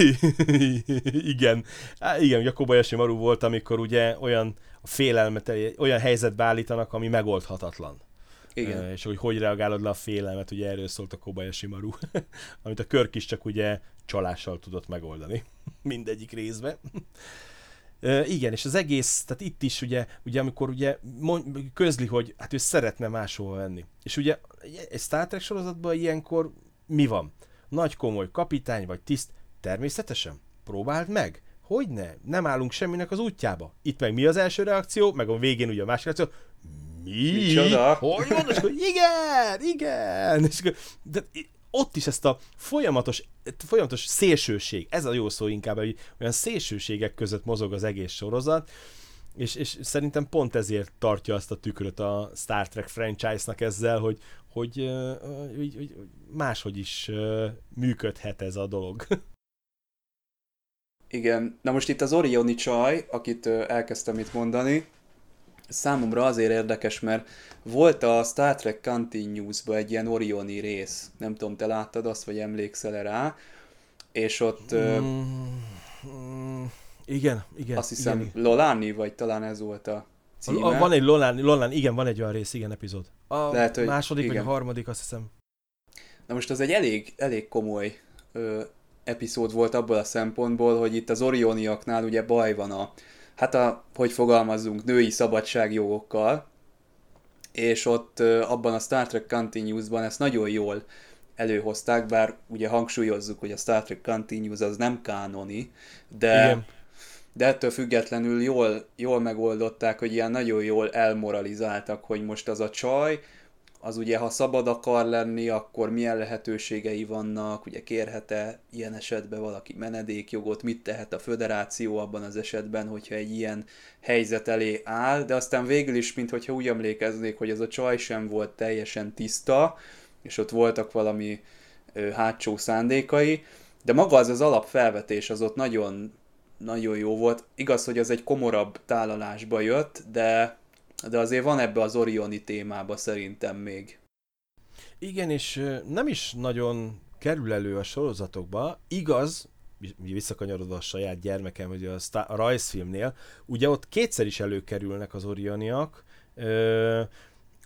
Igen, ugye a Kobayashi Maru volt, amikor ugye olyan félelmet, olyan helyzetbe állítanak, ami megoldhatatlan. Igen. És hogy reagálod le a félelmet, ugye erről szólt a Kobayashi Maru, amit a Kirk is csak ugye csalással tudott megoldani mindegyik részben. Igen, és az egész, tehát itt is ugye amikor ugye közli, hogy hát ő szeretne máshol venni. És ugye egy Star Trek sorozatban ilyenkor mi van? Nagy komoly kapitány vagy tiszt, természetesen, próbáld meg. Hogyne? Nem állunk semminek az útjába. Itt meg mi az első reakció, meg a végén ugye a másik reakció, Micsoda? Hogy van? És akkor igen! És akkor, de ott is ezt a folyamatos szélsőség, ez a jó szó inkább, hogy olyan szélsőségek között mozog az egész sorozat, és szerintem pont ezért tartja azt a tükröt a Star Trek franchise-nak ezzel, hogy máshogy is működhet ez a dolog. Igen, na most itt az Orioni csaj, akit elkezdtem itt mondani, számomra azért érdekes, mert volt a Star Trek Continues-ba egy ilyen Orioni rész. Nem tudom, te láttad azt, vagy emlékszel rá, és ott... Igen. Azt hiszem igen. Lolani, vagy talán ez volt a címe. Van egy Lolani, igen, van egy olyan rész, igen, epizód. Lehet, hogy második, igen. vagy a harmadik, azt hiszem. Na most az egy elég komoly epizód volt abból a szempontból, hogy itt az Orioniaknál ugye baj van hogy fogalmazzunk, női szabadságjogokkal, és ott abban a Star Trek Continues-ban ezt nagyon jól előhozták, bár ugye hangsúlyozzuk, hogy a Star Trek Continues az nem kánoni, de ettől függetlenül jól megoldották, hogy ilyen nagyon jól elmoralizáltak, hogy most az a csaj, az ugye, ha szabad akar lenni, akkor milyen lehetőségei vannak, ugye kérhet-e ilyen esetben valaki menedékjogot, mit tehet a föderáció abban az esetben, hogyha egy ilyen helyzet elé áll, de aztán végül is, minthogyha úgy emlékeznék, hogy ez a csaj sem volt teljesen tiszta, és ott voltak valami hátsó szándékai, de maga az alapfelvetés az ott nagyon, nagyon jó volt. Igaz, hogy az egy komorabb tálalásba jött, de azért van ebbe az Orioni témába szerintem még. Igen, és nem is nagyon kerül elő a sorozatokba. Igaz, visszakanyarodva a saját gyermekem, hogy a rajzfilmnél, ugye ott kétszer is előkerülnek az Orioniak.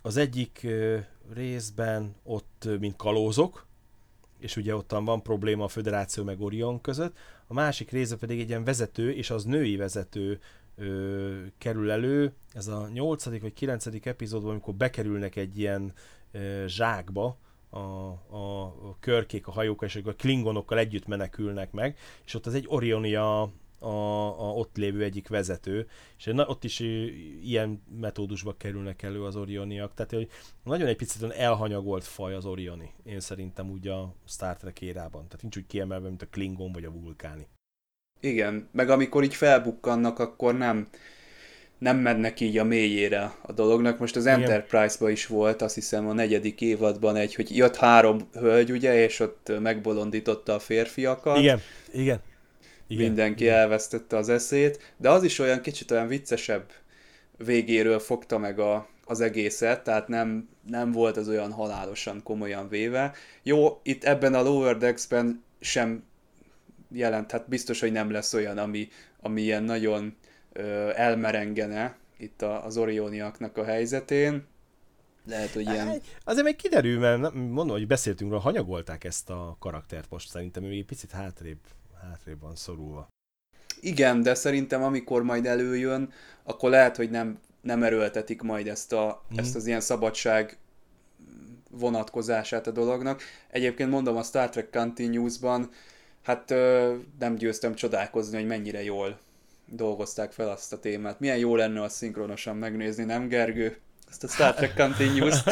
Az egyik részben ott mint kalózok, és ugye ottan van probléma a Föderáció meg Orion között, a másik része pedig egy ilyen vezető, és az női vezető kerül elő, ez a 8. vagy 9. epizódban, amikor bekerülnek egy ilyen zsákba, a körkék, a hajók, és a klingonokkal együtt menekülnek meg, és ott az egy Orionia a ott lévő egyik vezető, és ott is ilyen metódusba kerülnek elő az Orioniak, tehát hogy nagyon egy picit elhanyagolt faj az Orioni, én szerintem úgy a Star Trek érában, tehát nincs úgy kiemelve, mint a Klingon vagy a vulkáni. Igen, meg amikor így felbukkannak, akkor nem mennek így a mélyére a dolognak. Most az Enterprise-ban is volt, azt hiszem a 4. évadban hogy jött 3 hölgy, ugye, és ott megbolondította a férfiakat. Igen. Mindenki elvesztette az eszét, de az is olyan kicsit olyan viccesebb végéről fogta meg az egészet, tehát nem volt az olyan halálosan komolyan véve. Jó, itt ebben a Lower Decks-ben sem jelent, hát biztos, hogy nem lesz olyan, ami ilyen nagyon elmerengene itt az Orioniaknak a helyzetén. Lehet, hogy ilyen... Azért még kiderül, mert mondom, hogy beszéltünk róla, hanyagolták ezt a karaktert most, szerintem ő egy picit hátrébb van szorulva. Igen, de szerintem amikor majd előjön, akkor lehet, hogy nem erőltetik majd ezt az ilyen szabadság vonatkozását a dolognak. Egyébként mondom, a Star Trek Continuous-ban hát nem győztem csodálkozni, hogy mennyire jól dolgozták fel azt a témát. Milyen jó lenne azt szinkronosan megnézni, nem Gergő? Ezt a Star Trek Continuous-t.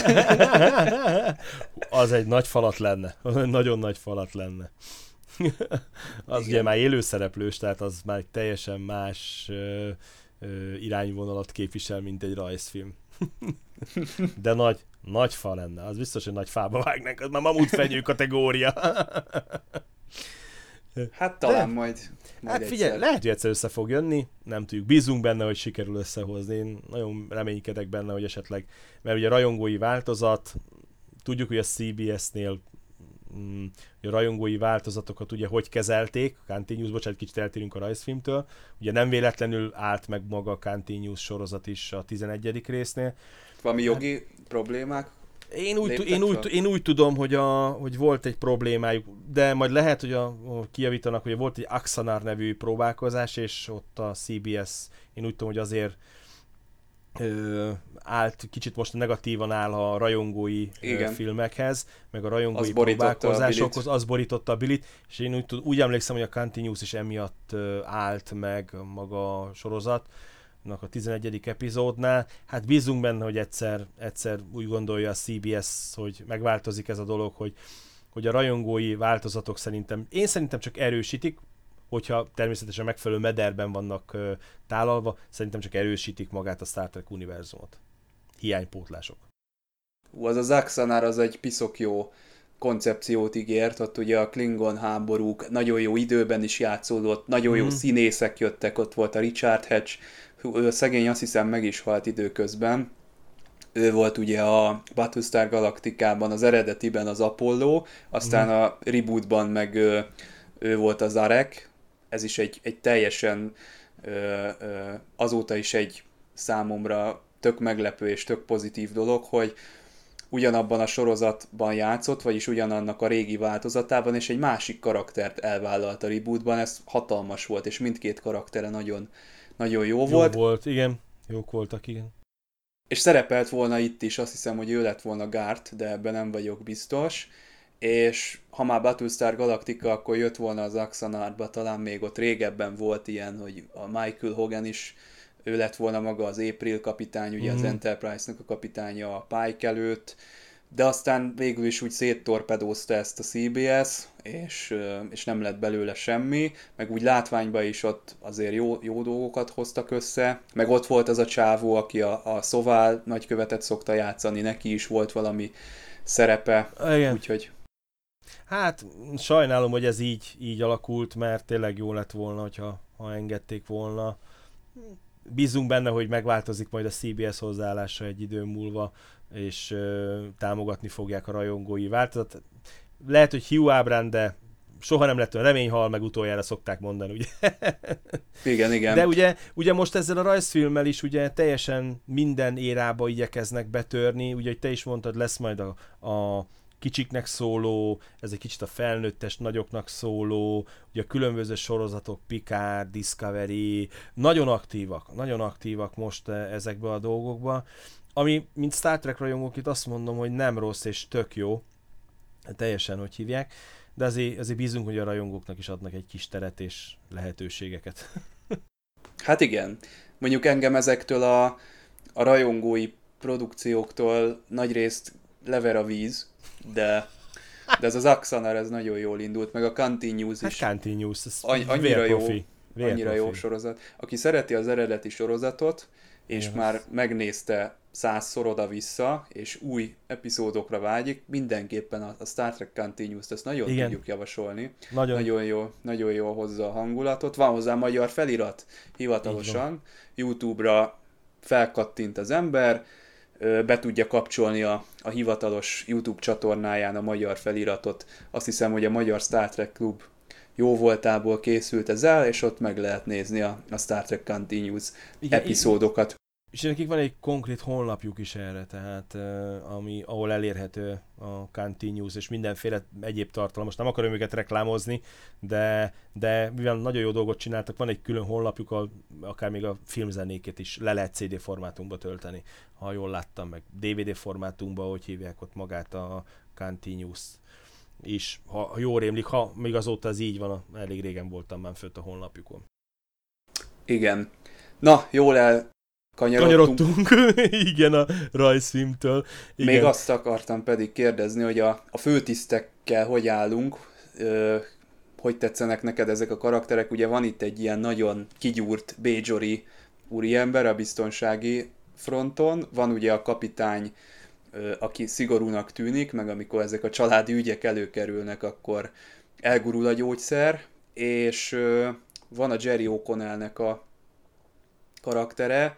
Az egy nagy falat lenne. Nagyon nagy falat lenne. Az igen. Ugye már élőszereplős, tehát az már teljesen más irányvonalat képvisel, mint egy rajzfilm. De nagy fa lenne. Az biztos, hogy nagy fába vágnánk. Az már mamutfenyő kategória. Hát talán majd hát figyelj, lehet, hogy egyszer össze fog jönni, nem tudjuk, bízunk benne, hogy sikerül összehozni, én nagyon reménykedek benne, hogy esetleg, mert ugye rajongói változat, tudjuk, hogy a CBS-nél a rajongói változatokat ugye hogy kezelték, a Continuous, bocsánat, kicsit eltérünk a rajzfilmtől, ugye nem véletlenül állt meg maga a Continuous sorozat is a 11. résznél. Valami jogi problémák? Én úgy tudom, hogy volt egy problémájuk, de majd lehet, hogy kijavítanak, hogy volt egy Axanar nevű próbálkozás, és ott a CBS, én úgy tudom, hogy azért állt, kicsit most negatívan áll a rajongói filmekhez, meg a rajongói próbálkozásokhoz, az borította a Billit, és én úgy emlékszem, hogy a Continuous is emiatt állt meg maga a sorozat, a 11. epizódnál. Hát bízunk benne, hogy egyszer úgy gondolja a CBS, hogy megváltozik ez a dolog, hogy a rajongói változatok szerintem csak erősítik, hogyha természetesen megfelelő mederben vannak tálalva, szerintem csak erősítik magát a Star Trek univerzumot. Hiánypótlások. Az Axanar az egy piszok jó koncepciót ígért, ott ugye a Klingon háborúk nagyon jó időben is játszódott, nagyon jó színészek jöttek, ott volt a Richard Hatch, ő szegény azt hiszem meg is halt időközben. Ő volt ugye a Battlestar Galacticában, az eredetiben az Apollo, aztán a rebootban meg ő volt az Arek. Ez is egy teljesen azóta is egy számomra tök meglepő és tök pozitív dolog, hogy ugyanabban a sorozatban játszott, vagyis ugyanannak a régi változatában, és egy másik karaktert elvállalt a rebootban, ez hatalmas volt, és mindkét karaktere nagyon jó volt. Igen. Jók voltak, igen. És szerepelt volna itt is, azt hiszem, hogy ő lett volna Garth, de ebben nem vagyok biztos. És ha már Battlestar Galactica, akkor jött volna az Axanarba, talán még ott régebben volt ilyen, hogy a Michael Hogan is, ő lett volna maga az April kapitány, ugye az Enterprise-nak a kapitánya a Pike előtt, de aztán végül is úgy széttorpedózta ezt a CBS, és nem lett belőle semmi, meg úgy látványban is ott azért jó dolgokat hoztak össze, meg ott volt az a csávó, aki a Szovál nagykövetet szokta játszani, neki is volt valami szerepe, úgyhogy... Hát sajnálom, hogy ez így alakult, mert tényleg jó lett volna, ha engedték volna. Bízunk benne, hogy megváltozik majd a CBS hozzáállása egy idő múlva, és támogatni fogják a rajongói változat. Lehet, hogy hiú ábrán, de soha nem lett olyan, remény hal meg utoljára szokták mondani, ugye? Igen, igen. De ugye most ezzel a rajzfilmmel is ugye teljesen minden érába igyekeznek betörni, ugye, hogy te is mondtad, lesz majd a kicsiknek szóló, ez egy kicsit a felnőttes nagyoknak szóló, ugye a különböző sorozatok, Picard, Discovery, nagyon aktívak most ezekbe a dolgokba, ami, mint Star Trek rajongók, itt azt mondom, hogy nem rossz és tök jó, teljesen, hogy hívják, de azért bízunk, hogy a rajongóknak is adnak egy kis teret és lehetőségeket. Hát igen. Mondjuk engem ezektől a rajongói produkcióktól nagyrészt lever a víz, de ez az Axanar, ez nagyon jól indult, meg a Continuous is. Hát Continuous, ez annyira jó sorozat. Aki szereti az eredeti sorozatot, és igen, már megnézte 100-szor oda-vissza, és új epizódokra vágyik, mindenképpen a Star Trek Continuous-t ezt nagyon tudjuk javasolni. Nagyon jól hozza a hangulatot. Van hozzá magyar felirat hivatalosan. YouTube-ra felkattint az ember, be tudja kapcsolni a hivatalos YouTube csatornáján a magyar feliratot. Azt hiszem, hogy a Magyar Star Trek Klub jó voltából készült ez el, és ott meg lehet nézni a Star Trek Continuous epizódokat. És nekik van egy konkrét honlapjuk is erre, tehát ahol elérhető a Continuous és mindenféle egyéb tartalom. Most nem akarom őket reklámozni, de mivel nagyon jó dolgot csináltak, van egy külön honlapjuk, akár még a filmzenéket is le lehet CD formátumba tölteni, ha jól láttam, meg DVD formátumba, hogy hívják ott magát a Continuous is, ha jól rémlik, ha még azóta az így van, elég régen voltam már fönt a honlapjukon. Igen. Na, jól kanyarodtunk. Igen, a rajzfilmtől. Igen. Még azt akartam pedig kérdezni, hogy a főtisztekkel hogy állunk, hogy tetszenek neked ezek a karakterek? Ugye van itt egy ilyen nagyon kigyúrt Bajori úriember a biztonsági fronton, van ugye a kapitány, aki szigorúnak tűnik, meg amikor ezek a családi ügyek előkerülnek, akkor elgurul a gyógyszer, és van a Jerry O'Connellnek a karaktere,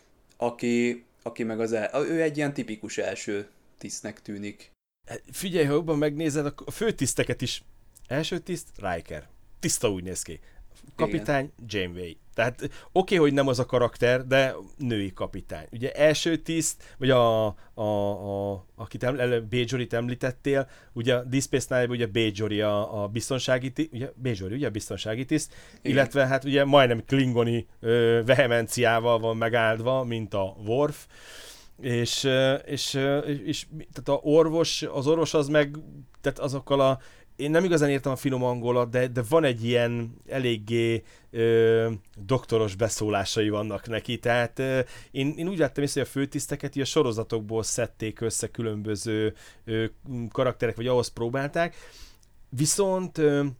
aki meg ő egy ilyen tipikus első tisztnek tűnik. Figyelj, ha jobban megnézed, a főtiszteket is. Első tiszt, Riker. Tiszta úgy néz ki. Kapitány, Janeway. Tehát oké, hogy nem az a karakter, de női kapitány. Ugye első tiszt, vagy akit Bajorit említettél, ugye a Deep Space Nine-ban ugye Bajori a biztonsági tiszt, ugye Bajori ugye a biztonsági tiszt, illetve hát ugye majdnem klingoni vehemenciával van megáldva, mint a Worf. És tehát az orvos az meg, tehát azokkal én nem igazán értem a finom angolat, de van egy ilyen eléggé doktoros beszólásai vannak neki, tehát én úgy vettem észre, hogy a főtiszteket a sorozatokból szedték össze különböző karakterek, vagy ahhoz próbálták, viszont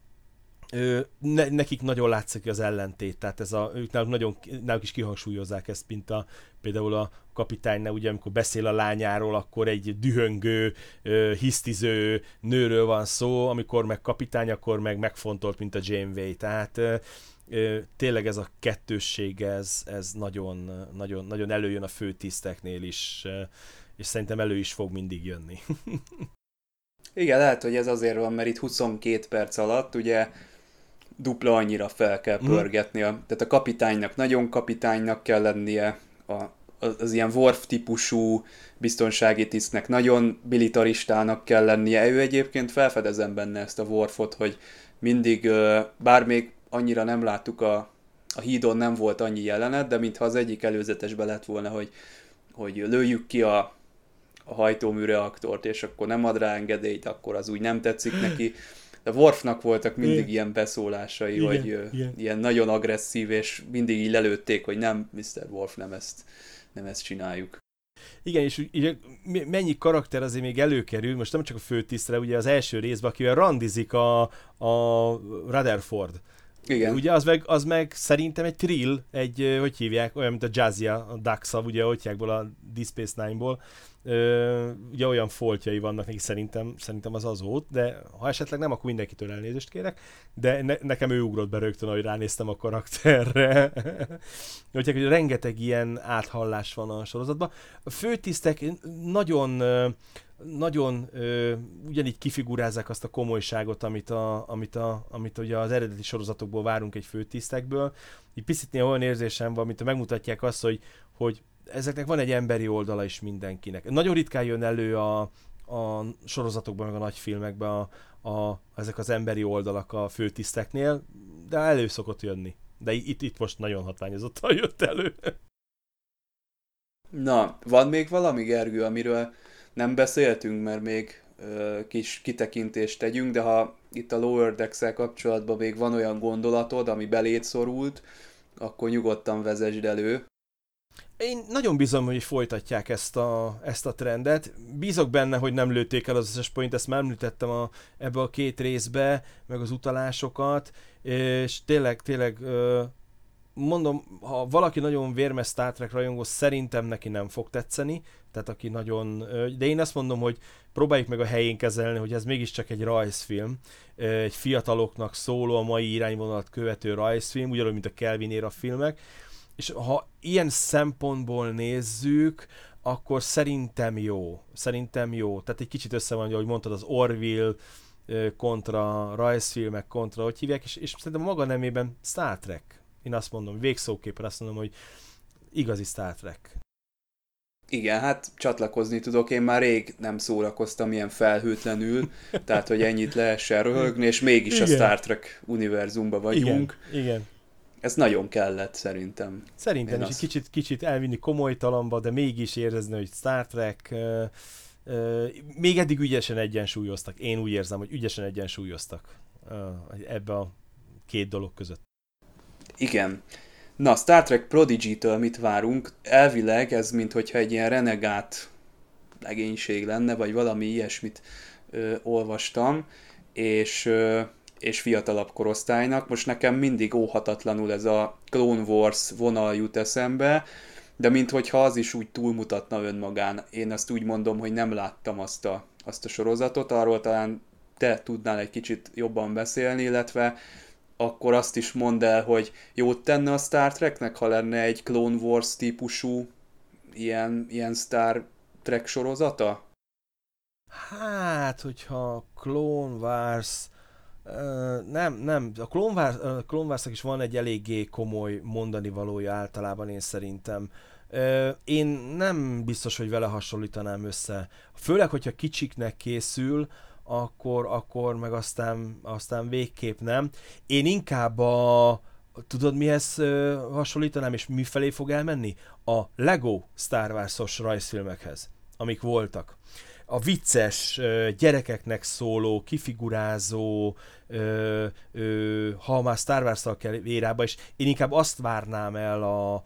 nekik nagyon látszik az ellentét, tehát ők náluk is kihangsúlyozzák ezt, mint például a kapitánynál, ugye amikor beszél a lányáról, akkor egy dühöngő, hisztiző nőről van szó, amikor meg kapitány, akkor meg megfontolt, mint a Janeway, tehát tényleg ez a kettősség, ez nagyon, nagyon, nagyon előjön a főtiszteknél is, és szerintem elő is fog mindig jönni. Igen, lehet, hogy ez azért van, mert itt 22 perc alatt ugye dupla annyira fel kell pörgetnie. Tehát a kapitánynak nagyon kapitánynak kell lennie, az ilyen Worf típusú biztonsági tisztnek nagyon militaristának kell lennie. Ő egyébként felfedezem benne ezt a Worfot, hogy mindig, bár még annyira nem láttuk a hídon nem volt annyi jelenet, de mintha az egyik előzetesben lett volna, hogy lőjük ki a hajtómű reaktort, és akkor nem ad rá engedélyt, akkor az úgy nem tetszik neki. De Worfnak voltak mindig ilyen beszólásai, igen, hogy ilyen nagyon agresszív, és mindig így lelőtték, hogy nem, Mr. Worf, nem ezt csináljuk. Igen, és ugye mennyi karakter azért még előkerül, most nem csak a főtisztre, ugye az első részben, akivel randizik a Rutherford. Igen. Ugye az meg szerintem egy trill, hogy hívják, olyan, mint a Jadzia, a Daxa, ugye, a Deep Space Nine-ból. Ugye olyan foltjai vannak neki, szerintem az volt, de ha esetleg nem, akkor mindenkitől elnézést kérek, de nekem ő ugrott be rögtön, ahogy ránéztem a karakterre. Úgyhogy rengeteg ilyen áthallás van a sorozatban. A főtisztek nagyon ugyanígy kifigurázzák azt a komolyságot, amit ugye az eredeti sorozatokból várunk egy főtisztekből. Így picit néha olyan érzésem van, mint megmutatják azt, hogy ezeknek van egy emberi oldala is mindenkinek. Nagyon ritkán jön elő a sorozatokban, meg a nagyfilmekben ezek az emberi oldalak a főtiszteknél, de elő szokott jönni. De itt most nagyon hatványozottan jött elő. Na, van még valami, Gergő, amiről nem beszéltünk, mert még kis kitekintést tegyünk, de ha itt a Lower Decks-el kapcsolatban még van olyan gondolatod, ami beléd szorult, akkor nyugodtan vezesd elő. Én nagyon bízom, hogy folytatják ezt a trendet. Bízok benne, hogy nem lőtték el az összes point, ezt már említettem ebbe a két részbe, meg az utalásokat, és tényleg mondom, ha valaki nagyon vérmes Star Trek rajongó, szerintem neki nem fog tetszeni, tehát aki nagyon... De én azt mondom, hogy próbáljuk meg a helyén kezelni, hogy ez mégiscsak egy rajzfilm, egy fiataloknak szóló, a mai irányvonalat követő rajzfilm, ugyanúgy, mint a Kelvin éra filmek, és ha ilyen szempontból nézzük, akkor szerintem jó. Tehát egy kicsit össze van, ahogy mondtad, az Orville kontra rajzfilmek kontra, hogy hívják, és szerintem maga nemében Star Trek. Én azt mondom, végszóképpen azt mondom, hogy igazi Star Trek. Igen, hát csatlakozni tudok, én már rég nem szórakoztam ilyen felhőtlenül, tehát hogy ennyit lehessen röhögni, és mégis igen. A Star Trek univerzumban vagyunk. Igen. Ez nagyon kellett szerintem. Szerintem is egy kicsit elvinni komolytalamba, de mégis érezni, hogy Star Trek még eddig ügyesen egyensúlyoztak. Én úgy érzem, hogy ügyesen egyensúlyoztak ebbe a két dolog között. Igen. Na, Star Trek Prodigy-től mit várunk? Elvileg ez minthogyha egy ilyen renegát legénység lenne, vagy valami ilyesmit olvastam, és fiatalabb korosztálynak. Most nekem mindig óhatatlanul ez a Clone Wars vonal jut eszembe, de minthogyha az is úgy túlmutatna önmagán. Én azt úgy mondom, hogy nem láttam azt a sorozatot, arról talán te tudnál egy kicsit jobban beszélni, illetve akkor azt is mondd el, hogy jót tenne a Star Treknek, ha lenne egy Clone Wars típusú ilyen Star Trek sorozata? Hát, hogyha Clone Wars... nem. A Clone Wars-nak is van egy eléggé komoly mondani valója általában, én szerintem. Én nem biztos, hogy vele hasonlítanám össze. Főleg, hogyha kicsiknek készül, akkor meg aztán végképp nem. Én inkább tudod mihez hasonlítanám, és mifelé fog elmenni? A Lego Star Wars-os rajzfilmekhez, amik voltak. A vicces, gyerekeknek szóló, kifigurázó, ha már Star Wars-szal kell érába, és én inkább azt várnám el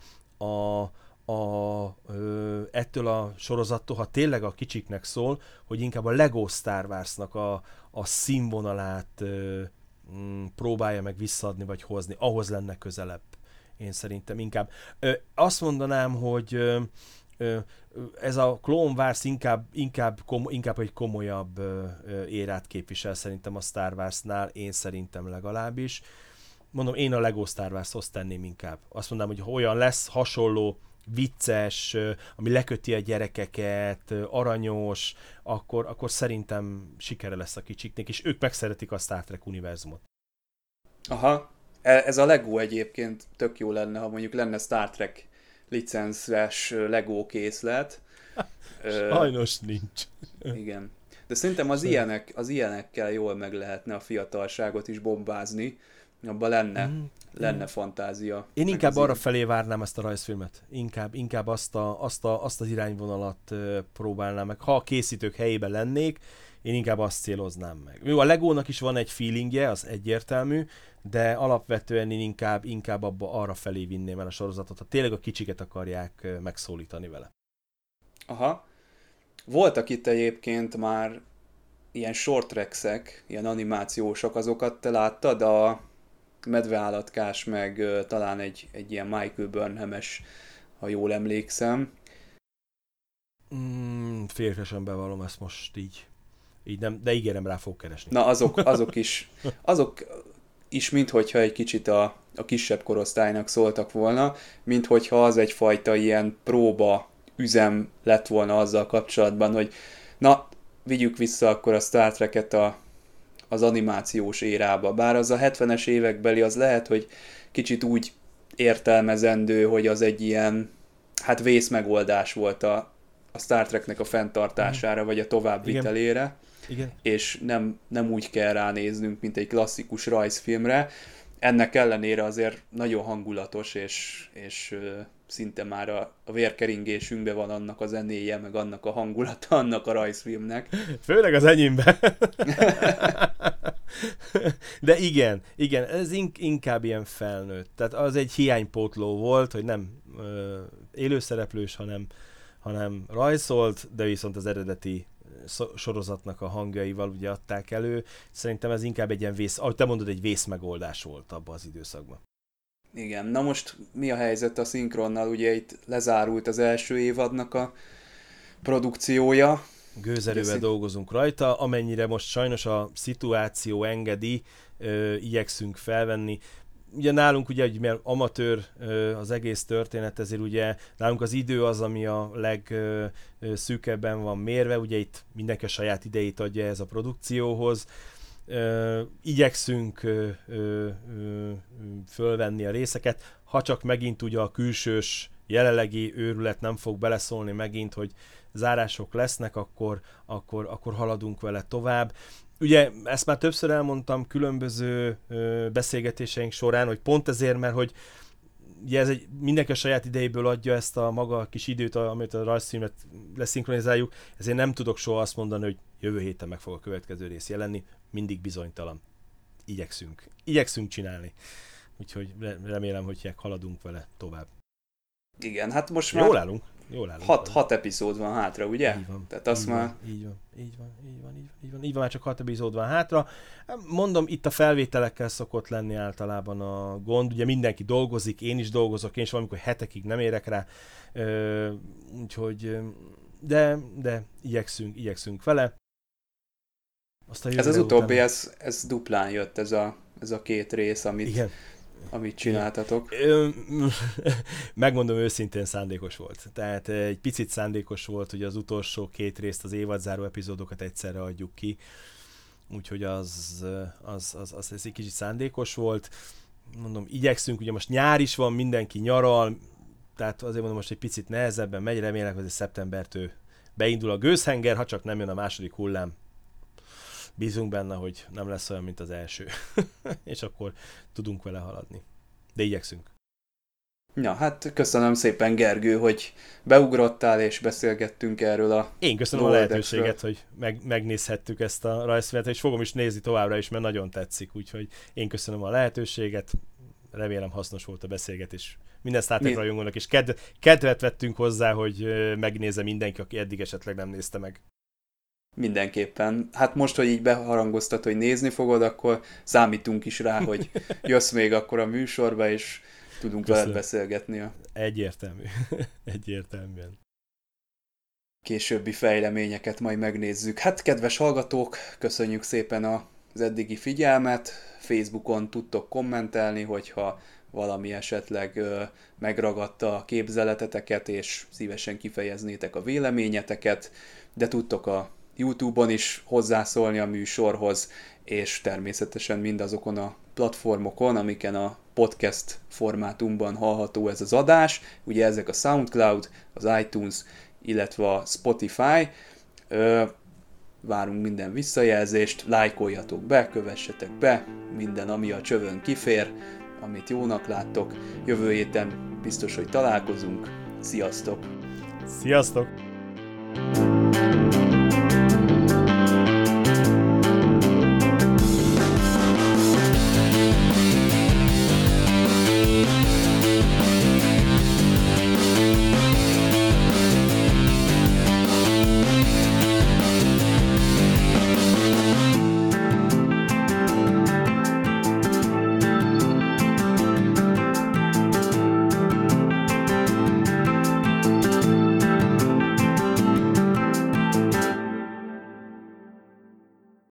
ettől a sorozattól, ha tényleg a kicsiknek szól, hogy inkább a Lego Star Wars-nak a színvonalát próbálja meg visszaadni, vagy hozni. Ahhoz lenne közelebb. Én szerintem inkább. Azt mondanám, hogy ez a Clone Wars inkább egy komolyabb érát képvisel szerintem a Star Wars-nál, én szerintem legalábbis. Mondom, én a Lego Star Wars-hoz tenném inkább. Azt mondanám, hogy olyan lesz hasonló, vicces, ami leköti a gyerekeket, aranyos, akkor szerintem sikere lesz a kicsiknek, és ők megszeretik a Star Trek univerzumot. Aha, ez a Lego egyébként tök jó lenne, ha mondjuk lenne Star Trek licenszes Lego készlet. Sajnos nincs. Igen. De szerintem az ilyenekkel jól meg lehetne a fiatalságot is bombázni. Abban lenne fantázia. Én inkább arra felé várnám ezt a rajzfilmet. Inkább azt az irányvonalat próbálnám meg. Ha a készítők helyében lennék, én inkább azt céloznám meg. Jó, a Legónak is van egy feelingje, az egyértelmű, de alapvetően én inkább arra felé vinném el a sorozatot, ha tényleg a kicsiket akarják megszólítani vele. Aha. Voltak itt egyébként már ilyen short tracks-ek, ilyen animációsok, azokat te láttad? A Medveállatkás, meg talán egy ilyen Michael Burnham-es, ha jól emlékszem. Félresen bevallom ezt most így nem, de ígérem, rá fog keresni. Na azok is minthogyha egy kicsit a kisebb korosztálynak szóltak volna, minthogyha az egyfajta ilyen próba üzem lett volna azzal kapcsolatban, hogy na, vigyük vissza akkor a Star Trek-et az animációs érába. Bár az a 70-es évekbeli az lehet, hogy kicsit úgy értelmezendő, hogy az egy ilyen vészmegoldás volt a Star Treknek a fenntartására, vagy a továbbvitelére. Igen. És nem úgy kell ránéznünk, mint egy klasszikus rajzfilmre. Ennek ellenére azért nagyon hangulatos, és szinte már a vérkeringésünkben van annak a zenéje, meg annak a hangulata annak a rajzfilmnek. Főleg az enyémben. De igen, ez inkább ilyen felnőtt. Tehát az egy hiánypótló volt, hogy nem élőszereplős, hanem rajzolt, de viszont az eredeti sorozatnak a hangjaival ugye adták elő. Szerintem ez inkább egy ilyen ahogy te mondod, egy vészmegoldás volt abban az időszakban. Igen, na most mi a helyzet a szinkronnal? Ugye itt lezárult az első évadnak a produkciója. Gőzerővel dolgozunk rajta, amennyire most sajnos a szituáció engedi, igyekszünk felvenni. Ugye nálunk, ugye, mert amatőr az egész történet, ezért ugye nálunk az idő az, ami a legszűkebben van mérve, ugye itt mindenki a saját idejét adja ez a produkcióhoz. Igyekszünk fölvenni a részeket, ha csak megint ugye a külsős jelenlegi őrület nem fog beleszólni megint, hogy zárások lesznek, akkor haladunk vele tovább. Ugye ezt már többször elmondtam különböző beszélgetéseink során, hogy pont ezért, mert hogy ugye ez mindenki a saját idejéből adja ezt a maga kis időt, amit a rajzfilmet leszinkronizáljuk, ezért nem tudok soha azt mondani, hogy jövő héten meg fog a következő rész jelenni, mindig bizonytalan. Igyekszünk csinálni. Úgyhogy remélem, hogy haladunk vele tovább. Igen, hát most már jól állunk. 6 epizód van hátra, ugye? Így van. Tehát azt már... Így van, már csak 6 epizód van hátra. Mondom, itt a felvételekkel szokott lenni általában a gond. Ugye mindenki dolgozik, én is dolgozok, én is valamikor hetekig nem érek rá. Úgyhogy, de igyekszünk vele. Ez az utóbbi, ez duplán jött, ez a két rész, amit csináltatok. Megmondom őszintén, szándékos volt. Tehát egy picit szándékos volt, hogy az utolsó 2 részt, az évadzáró epizódokat egyszerre adjuk ki. Úgyhogy az egy kicsit szándékos volt. Mondom, igyekszünk, ugye most nyár is van, mindenki nyaral, tehát azért mondom, most egy picit nehezebben megy, remélem, hogy szeptembertől beindul a gőzhenger, ha csak nem jön a második hullám. Bízunk benne, hogy nem lesz olyan, mint az első. És akkor tudunk vele haladni. De igyekszünk. Ja, hát köszönöm szépen, Gergő, hogy beugrottál és beszélgettünk erről a... Én köszönöm a lehetőséget, hogy megnézhettük ezt a rajzfilmet, és fogom is nézni továbbra is, mert nagyon tetszik. Úgyhogy én köszönöm a lehetőséget, remélem hasznos volt a beszélgetés. Minden Star Trek rajongónak, és kedvet vettünk hozzá, hogy megnézze mindenki, aki eddig esetleg nem nézte meg. Mindenképpen. Hát most, hogy így beharangoztat, hogy nézni fogod, akkor számítunk is rá, hogy jössz még akkor a műsorba, és tudunk veled beszélgetni. Egyértelmű. Egyértelműen. Későbbi fejleményeket majd megnézzük. Hát, kedves hallgatók, köszönjük szépen az eddigi figyelmet. Facebookon tudtok kommentelni, hogyha valami esetleg megragadta a képzeleteteket, és szívesen kifejeznétek a véleményeteket, de tudtok a YouTube-on is hozzászólni a műsorhoz, és természetesen mindazokon a platformokon, amiken a podcast formátumban hallható ez az adás. Ugye ezek a SoundCloud, az iTunes, illetve a Spotify. Várunk minden visszajelzést, lájkoljatok be, kövessetek be, minden, ami a csövön kifér, amit jónak láttok. Jövő héten biztos, hogy találkozunk. Sziasztok! Sziasztok!